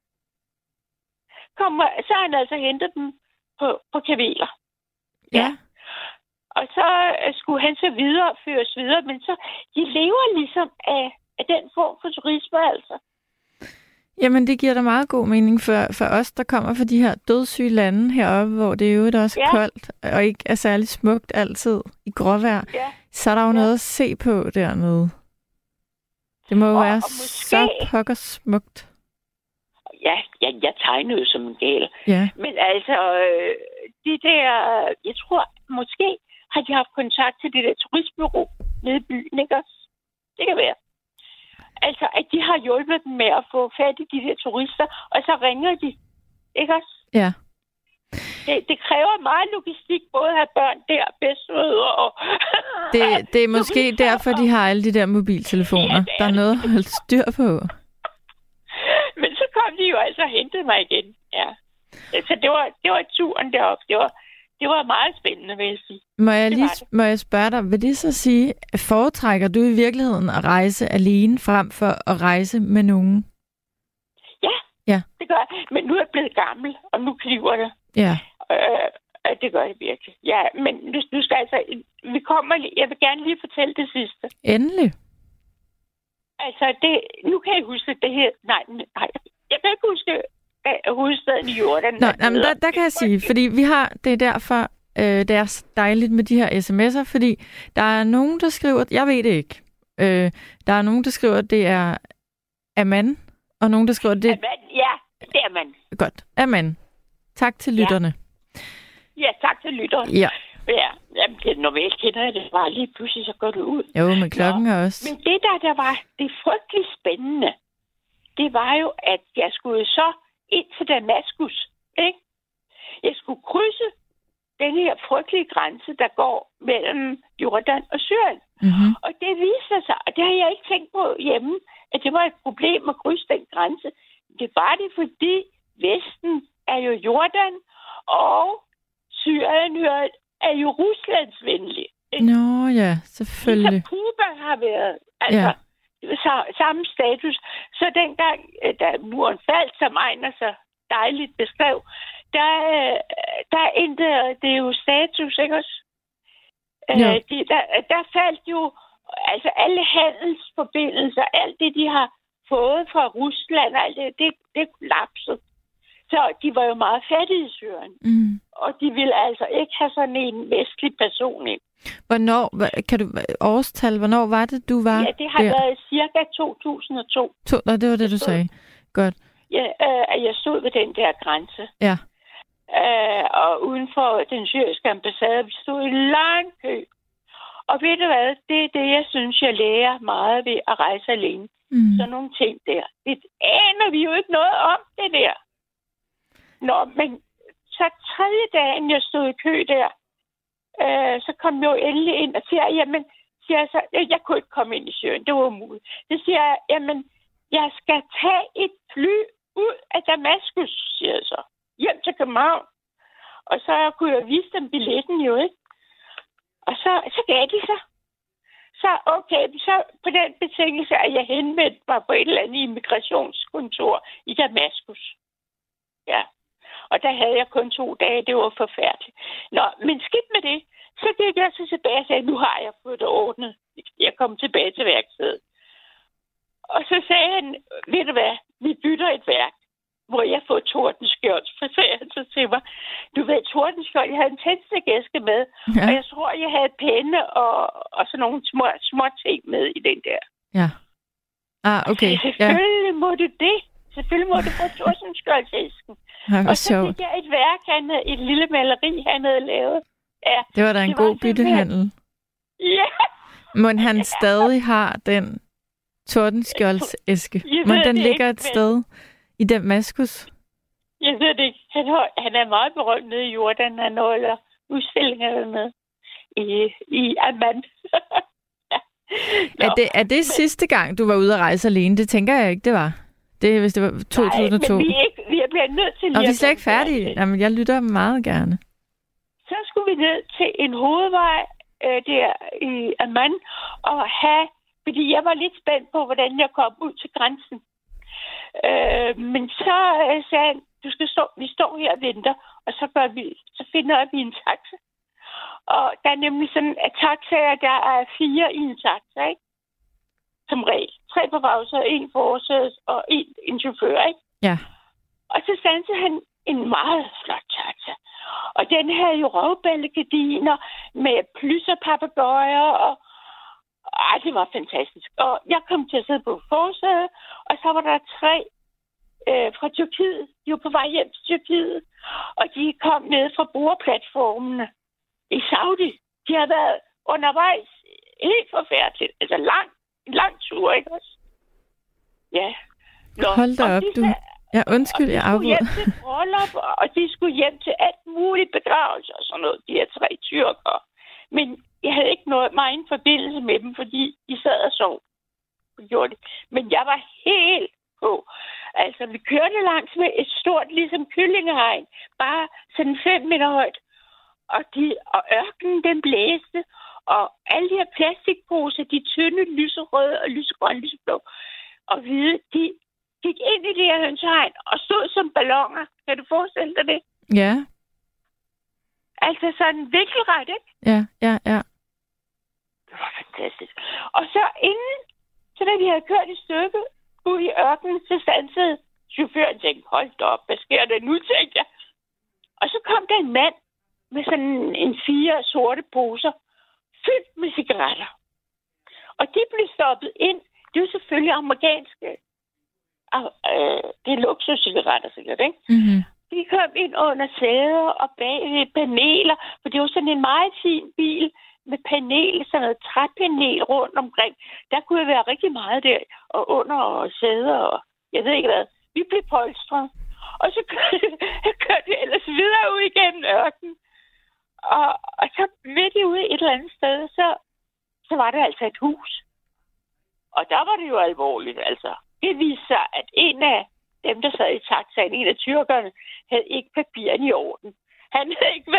Så har han altså hentet dem på kameler. Ja. Og så skulle han så føres videre, men så de lever ligesom af den form for turisme, altså. Jamen, det giver da meget god mening for os, der kommer fra de her dødssyge lande heroppe, hvor det jo også er koldt, og ikke er særlig smukt altid i gråvejr. Ja. Så er der jo noget at se på dernede. Det må jo være måske... så pokker smukt. Ja, jeg tegnede jo som en gal. Ja. Men altså, de der, jeg tror, måske har de haft kontakt til det der turistbureau nede i byen, ikke også? Det kan være. Altså, at de har hjulpet dem med at få fat i de der turister, og så ringer de, ikke også? Ja. Det kræver meget logistik, både at have børn der, bedstemødre og... Det er måske derfor, de har alle de der mobiltelefoner. Ja, der er noget at holde styr på. Men så kom de jo altså og hentede mig igen, ja. Så det var turen deroppe. Det var meget spændende, vil jeg sige. Må jeg spørge dig, vil det så sige, foretrækker du i virkeligheden at rejse alene frem for at rejse med nogen? Ja, det gør jeg. Men nu er jeg blevet gammel, og nu kniver det. Ja. Det gør jeg virkelig. Ja, men nu skal altså... Jeg vil gerne lige fortælle det sidste. Endelig. Altså, nu kan jeg huske det her... Nej, jeg kan ikke huske hovedstaden i Jordan. Men der kan jeg sige, fordi det er derfor, det er dejligt med de her sms'er, fordi der er nogen, der skriver... Jeg ved det ikke. Der er nogen, der skriver, at det er Amman, og nogen, der skriver, at det... Amman, ja, det er Amman. Godt. Amman. Tak til lytterne. Ja, tak til lytterne. Ja. Jamen, normalt kender jeg det bare lige pludselig, så går det ud. Jo, men klokken er også... Men det der var det frygtelig spændende, det var jo, at jeg skulle så ind til Damaskus, ikke? Jeg skulle krydse den her frygtelige grænse, der går mellem Jordan og Syrien. Mm-hmm. Og det viste sig, og det har jeg ikke tænkt på hjemme, at det var et problem at krydse den grænse. Det var det, fordi Vesten er jo Jordan, og Syrien er jo Ruslandsvenlig. Nå ja, selvfølgelig. Så Cuba har været samme status. Så dengang, da muren faldt, som Ejner så dejligt beskrev, der ændrede det jo status, ikke også? Der faldt jo altså alle handelsforbindelser, alt det, de har fået fra Rusland, alt det kollapsede. Så de var jo meget fattige i Syrien. Mm. Og de ville altså ikke have sådan en vestlig person ind. Hvornår var det, du var? Ja, det har været cirka 2002. Det var det, du sagde. Godt. Ja, jeg stod ved den der grænse. Ja. Og uden for den syriske ambassade, vi stod i lang kø. Og ved du hvad, det er det, jeg synes, jeg lærer meget ved at rejse alene. Mm. Sådan nogle ting der. Det aner vi jo ikke noget om, det der. Nå, men så tredje dagen, jeg stod i kø der, så kom jeg jo endelig ind og siger, jeg kunne ikke komme ind i Syrien, det var umuligt. Så siger jeg, jamen, jeg skal tage et fly ud af Damaskus, siger jeg så, hjem til København. Og så kunne jeg vise dem billetten jo, ikke? Og så gav de sig. Så okay, så på den betingelse, at jeg henvendte mig på et eller andet immigrationskontor i Damaskus. Ja. Og der havde jeg kun 2 dage. Det var forfærdeligt. Nå, men skidt med det. Så gik jeg så tilbage og sagde, nu har jeg fået det ordnet. Jeg kom tilbage til værkstedet. Og så sagde han, ved du hvad, vi bytter et værk, hvor jeg får Tordenskjold. Så sagde han så til mig, du ved, Tordenskjold, jeg havde en tændstikæske med, og jeg tror, jeg havde penne og sådan nogle små ting med i den der. Ja. Okay. Selvfølgelig må du det. Selvfølgelig må du få Tordenskjold-æsken. Og så fik jeg et værk, et lille maleri, han havde lavet. Ja, det var da en god byttehandel. Ja. Må han stadig har den Tordenskjolds-æske? Må den ligger et sted i Damaskus? Jeg ved det ikke. Han er meget berømt nede i Jordan. Han holder udstillinger med i Amman. Er det sidste gang, du var ude at rejse alene? Det tænker jeg ikke, det var. Hvis det var 2002. Nej, men vi bliver nødt til... Og vi er slet ikke færdige. Jamen, jeg lytter meget gerne. Så skulle vi ned til en hovedvej der i Amman og fordi jeg var lidt spændt på, hvordan jeg kom ud til grænsen. Men så sagde han, vi står her og venter, og så finder vi en taxa. Og der er nemlig sådan, at taxaer, der er 4 i en taxa, ikke? Som regel. 3 på bagsædet, 1 forsædet og en chauffør, ikke? Ja. Og så sansede han en meget flot taxa. Og den her jo røvballegardiner med plysserpapegøjer, og det var fantastisk. Og jeg kom til at sidde på forsædet, og så var der 3 fra Tyrkiet. De var på vej hjem til Tyrkiet, og de kom ned fra boreplatformene i Saudi. De har været undervejs helt forfærdeligt. Altså en lang tur, ikke også? Ja. Hold da op, du. Ja, undskyld, jeg afbryder. De skulle hjem til bryllup, og de skulle hjem til alt muligt begravelse og sådan noget, de her 3 tyrkere. Men jeg havde ikke meget en forbindelse med dem, fordi de sad og sov. Men jeg var helt på. Altså, vi kørte langs med et stort, ligesom kyllingehegn, bare sådan 5 meter højt. og ørkenen, den blæste, og alle de her plastikposer, de tynde, lyserøde og lysegrønne, lyseblå og hvide, de gik ind i det her hønsehegn og stod som balloner. Kan du forestille dig det? Ja. Altså sådan vinkelret, ikke? Ja. Det var fantastisk. Og så da vi havde kørt et stykke ud i ørkenen, så standsede chaufføren og tænkte, hold da op, hvad sker der nu, tænkte jeg. Og så kom der en mand med sådan en 4 sorte poser, fyldt med cigaretter. Og de blev stoppet ind. Det er jo selvfølgelig amerikanske. Det er luksuscigaretter, sikkert, ikke? Mm-hmm. De kom ind under sæder og bag paneler, for det var sådan en meget fin bil med panel, sådan noget træpanel rundt omkring. Der kunne jo være rigtig meget der, og under og sæder, og jeg ved ikke hvad. Vi blev polstret. Og så kørte vi ellers videre ud igennem ørkenen. Og så midt i ude et eller andet sted, så var der altså et hus. Og der var det jo alvorligt, altså. Det viste sig, at en af dem, der sad i taxaen, en af tyrkerne, havde ikke papirerne i orden. Han havde ikke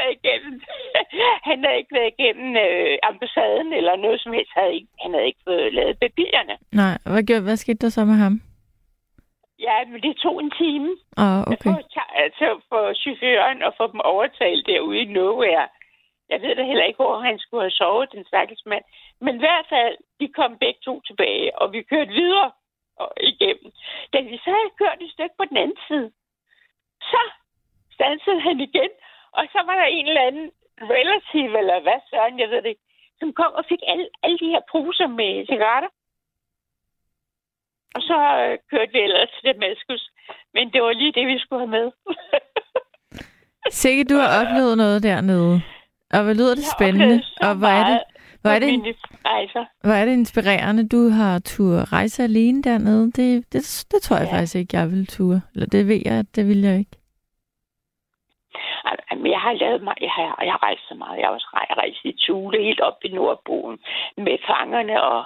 været igennem ambassaden eller noget som helst. Han havde ikke fået lavet papirerne. Nej, hvad skete der så med ham? Ja, men det tog en time. Okay. For chaufføren og få dem overtalt derude i Nowhere. Jeg ved da heller ikke, hvor han skulle have sovet, den stakkels mand. Men i hvert fald, de kom begge to tilbage, og vi kørte videre igennem. Da vi så havde kørt et stykke på den anden side, så standsede han igen, og så var der en eller anden relativ, eller hvad søren, jeg ved det ikke, som kom og fik alle de her poser med cigaretter. Og så kørte vi ellers til Damaskus. Men det var lige det, vi skulle have med. Sikkert, du har oplevet noget dernede. Og hvad lyder det spændende? Og hvor er det inspirerende, du har tur rejse alene dernede? Det tror jeg faktisk ikke, jeg vil ture. Eller det ved jeg, at det vil jeg ikke. Jeg har rejst så meget. Jeg har også rejst i Thule, helt op i Nordpolen med fangerne og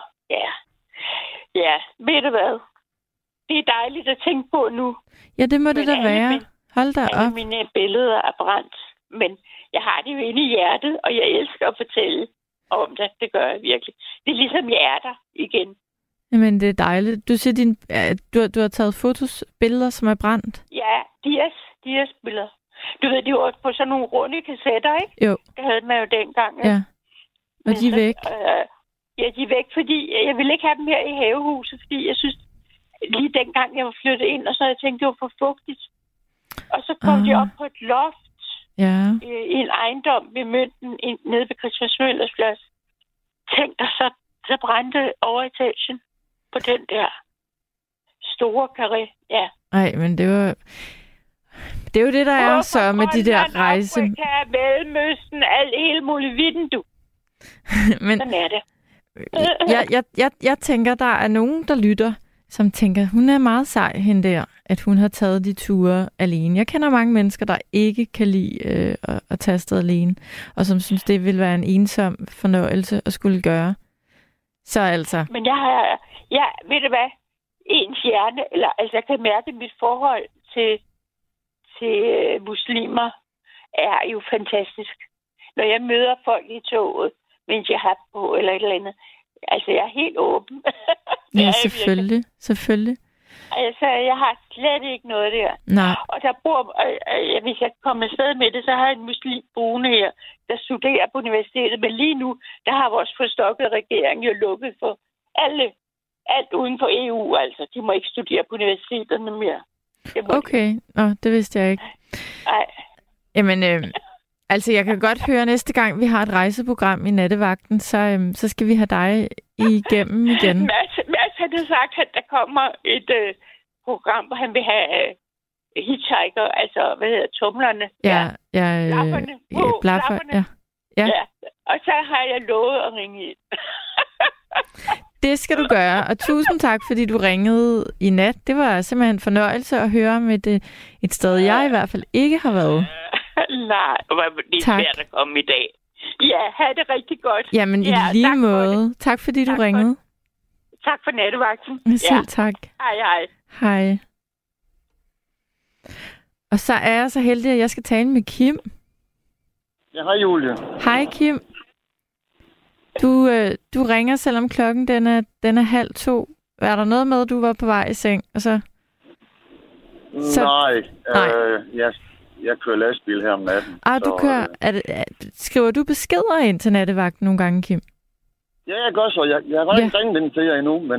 ja, ved du hvad? Det er dejligt at tænke på nu. Ja, det må det da være. Hold da op. Alle mine billeder er brændt, men jeg har det jo inde i hjertet, og jeg elsker at fortælle om det. Det gør jeg virkelig. Det er ligesom hjerter igen. Jamen, det er dejligt. Du siger, du har taget billeder, som er brændt? Ja, Dias billeder. Du ved, de var på sådan nogle runde kassetter, ikke? Jo. Det havde man jo dengang. Ikke? Ja. Og de er væk? Ja, de er væk, fordi jeg ville ikke have dem her i havehuset, fordi jeg synes, lige dengang jeg var flyttet ind, og så havde jeg tænkt, det var for fugtigt. Og så kom de op på et loft i en ejendom ved Mønten, nede ved Christmas Møllers Plads. Tænk dig, så brændte overetagen på den der store karré. Ja. Nej, men det er jo det, der er så med de der rejse. Afrika, Mellemøsten, hele muligheden, du. Men sådan er det. Jeg tænker, der er nogen, der lytter, som tænker, hun er meget sej, hende der, at hun har taget de ture alene. Jeg kender mange mennesker, der ikke kan lide at tage afsted alene, og som synes, det vil være en ensom fornøjelse at skulle gøre. Så altså... Men ved du hvad? Ens hjerne, jeg kan mærke, at mit forhold til muslimer er jo fantastisk. Når jeg møder folk i toget, mens jeg har på, eller et eller andet. Altså, jeg er helt åben. Ja, selvfølgelig. Altså, jeg har slet ikke noget der. Nej. Og der hvis jeg kommer afsted med det, så har jeg en muslim boende her, der studerer på universitetet. Men lige nu, der har vores forstokkede regering jo lukket for alt uden for EU, altså. De må ikke studere på universiteterne mere. Okay, det vidste jeg ikke. Nej. Jamen, altså jeg kan godt høre, næste gang vi har et rejseprogram i Nattevagten, så skal vi have dig igennem igen. Mads havde sagt, at der kommer et program, hvor han vil have hitchhiker, altså, hvad hedder tumlerne? Blafferne. Ja. Og så har jeg lovet at ringe ind. Det skal du gøre, og tusind tak, fordi du ringede i nat. Det var simpelthen en fornøjelse at høre om et sted, jeg i hvert fald ikke har været. Nej, det er svært at komme i dag. Ja, have det rigtig godt. Jamen, i lige måde. Tak, fordi du ringede. Tak for nattevagten. Selv tak. Hej. Og så er jeg så heldig, at jeg skal tale med Kim. Ja, hej Julie. Hej Kim. Du ringer, selvom klokken den er 1:30. Er der noget med, at du var på vej i seng? Og så... Nej. Jeg kører lastbil her om natten. Du kører... Skriver du beskeder ind til nattevagten nogle gange, Kim? Ja, jeg gør så. Jeg har godt ikke ringet den til jer endnu, men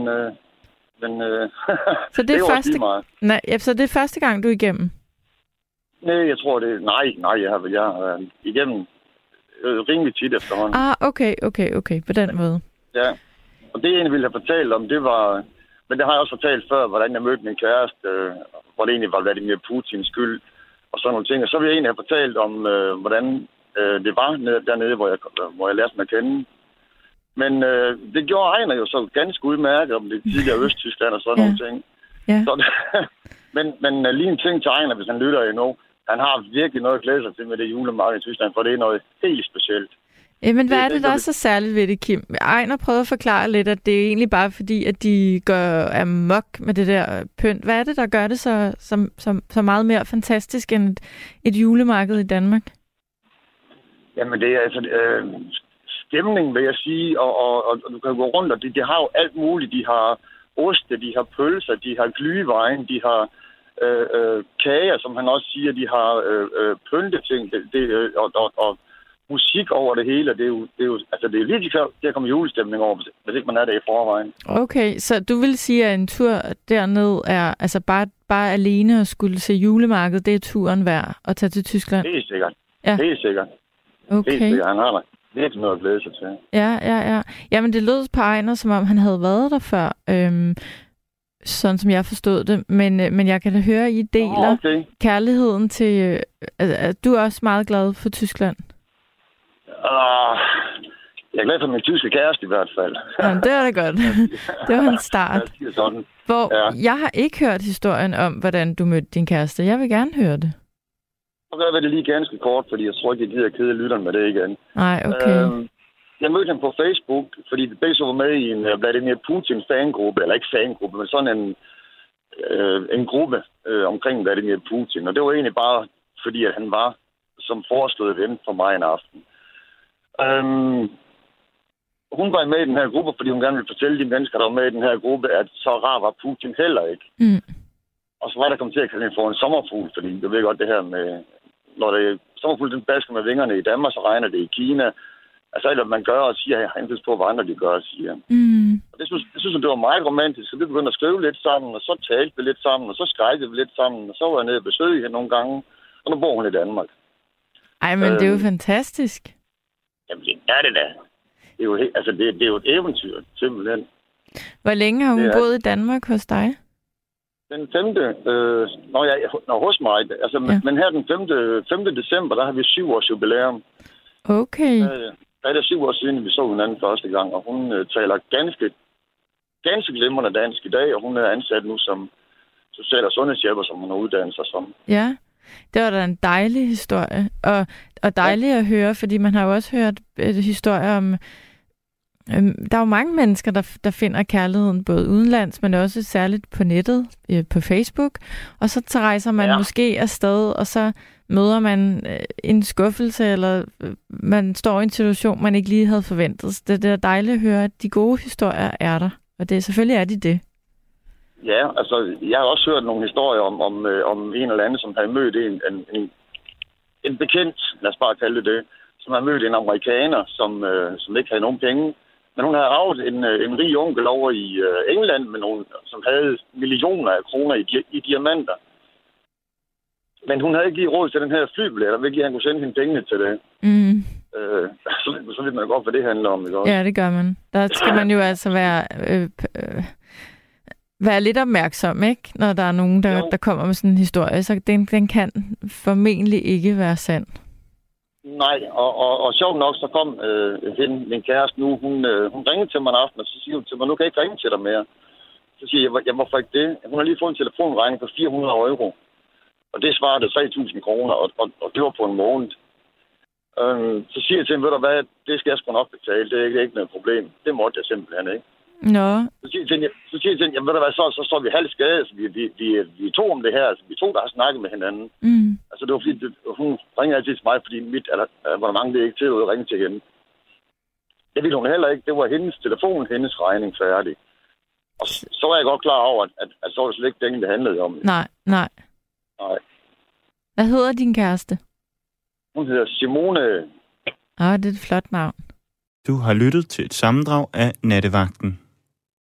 så det er første... Nej, så det er første gang, du er igennem? Nej, jeg tror det... Nej, jeg har igennem rimelig tit efterhånden. Okay, på den måde. Ja, og det jeg egentlig ville have fortalt om, det var... Men det har jeg også fortalt før, hvordan jeg mødte min kæreste, hvor det egentlig var Vladimir Putins skyld, og sådan nogle ting. Og så vil jeg egentlig have fortalt om, hvordan det var dernede, hvor jeg lærte mig at kende. Men det gjorde Ejner jo så ganske udmærket om det tidligere Østtyskland og sådan nogle ting. Ja. Så men lige en ting til Ejner, hvis han lytter endnu. Han har virkelig noget at glæde sig til med det julemarked i Tyskland, for det er noget helt specielt. Men hvad er det, der er så særligt ved det, Kim? Ejner prøvede at forklare lidt, at det er egentlig bare fordi, at de går amok med det der pynt. Hvad er det, der gør det så meget mere fantastisk end et julemarked i Danmark? Jamen, det er altså stemning, vil jeg sige, og du kan gå rundt, og de har jo alt muligt. De har oste, de har pølser, de har glühwein, de har kager, som han også siger, de har pynteting, og musik over det hele. Det er jo virkelig klart, det kommer julestemning over, hvis ikke man er der i forvejen. Okay, så du vil sige, at en tur derned er altså bare alene at skulle se julemarkedet, det er turen værd at tage til Tyskland? Helt sikkert. Ja. Helt sikkert. Okay. Helt sikkert. Han har der virkelig noget at glæde sig til. Ja. Jamen, det lød på Ejner, som om han havde været der før, sådan som jeg forstod det. Men jeg kan da høre, at I deler kærligheden til... du er også meget glad for Tyskland. Jeg er glad for min tyske kæreste i hvert fald. Ja, det var da godt. Det var en start. Jeg har ikke hørt historien om, hvordan du mødte din kæreste. Jeg vil gerne høre det. Så gør det lige ganske kort, fordi jeg tror ikke, jeg gider kede lytteren med det igen. Nej, okay. Jeg mødte ham på Facebook, fordi vi begge så var med i en Vladimir Putin fangruppe, eller ikke fangruppe, men sådan en gruppe omkring Vladimir Putin. Og det var egentlig bare, fordi at han var som foreslået ven for mig en aften. Hun var med i den her gruppe, fordi hun gerne ville fortælle de mennesker, der var med i den her gruppe, at så rar var Putin heller ikke. Mm. Og så var der kommet til at kalde hende for en sommerfugl, fordi du ved godt det her med, når det sommerfugl den basker med vingerne i Danmark, så regner det i Kina. Altså alt, hvad man gør og siger, jeg har indflydelse på, hvad andre de gør og siger. Mm. Og det synes jeg, det var meget romantisk, så vi begyndte at skrive lidt sammen, og så talte vi lidt sammen, og så skypede vi lidt sammen, og så var jeg nede og besøgte hende nogle gange, og nu bor hun i Danmark. Ej, men det er jo fantastisk. Jamen, det er det da. Det er jo, det er jo et eventyr, simpelthen. Hvor længe har hun boet i Danmark hos dig? Den 5. Hos mig. Altså, ja. Men her den 5. december, der har vi 7 års jubilæum. Okay. Der er det 7 år siden, vi så hinanden første gang, og hun taler ganske glimrende dansk i dag, og hun er ansat nu som social- og sundhedshjælper, som hun har uddannet sig som. Ja, det var da en dejlig historie, og dejligt at høre, fordi man har jo også hørt historier om, der er jo mange mennesker, der finder kærligheden både udenlands, men også særligt på nettet, på Facebook, og så rejser man måske afsted, og så møder man en skuffelse, eller man står i en situation, man ikke lige havde forventet. Det er dejligt at høre, at de gode historier er der, og selvfølgelig er de det. Ja, altså, jeg har også hørt nogle historier om en eller anden, som havde mødt en bekendt, lad os bare kalde det, som har mødt en amerikaner, som ikke havde nogen penge. Men hun havde arvet en rig onkel over i England, med nogen, som havde millioner af kroner i diamanter. Men hun havde ikke lige råd til den her flybillet, og ville ikke, han kunne sende hende pengene til det. Mm. Så ved man godt, hvad det handler om, ikke også? Ja, det gør man. Der skal man jo altså være lidt opmærksom, ikke? Når der er nogen, der kommer med sådan en historie. Så den kan formentlig ikke være sand. Nej, og sjovt nok, så kom min kæreste nu, hun ringede til mig en aften, og så siger hun til mig, nu kan jeg ikke ringe til dig mere. Så siger jeg, hvorfor ikke det? Hun har lige fået en telefonregning på 400 euro. Og det svarede 3.000 kroner, og det var på en måned. Så siger jeg til hende, ved du hvad, det skal jeg sgu nok betale, det er ikke noget problem. Det måtte jeg simpelthen ikke. Nå. Så siger jeg til hende, ved du hvad, så står vi halvt skade, så vi er to om det her, altså vi er to, der har snakket med hinanden. Mm. Altså det var fordi, hun ringer altid til mig, fordi mit abonnement det ikke til at ringe til hende. Det ville hun heller ikke, det var hendes telefon, hendes regning færdig. Og så var jeg godt klar over, at så var det slet ikke det, det handlede om. Nej. Hvad hedder din kæreste? Hun hedder Simone. Det er et flot navn. Du har lyttet til et sammendrag af Nattevagten.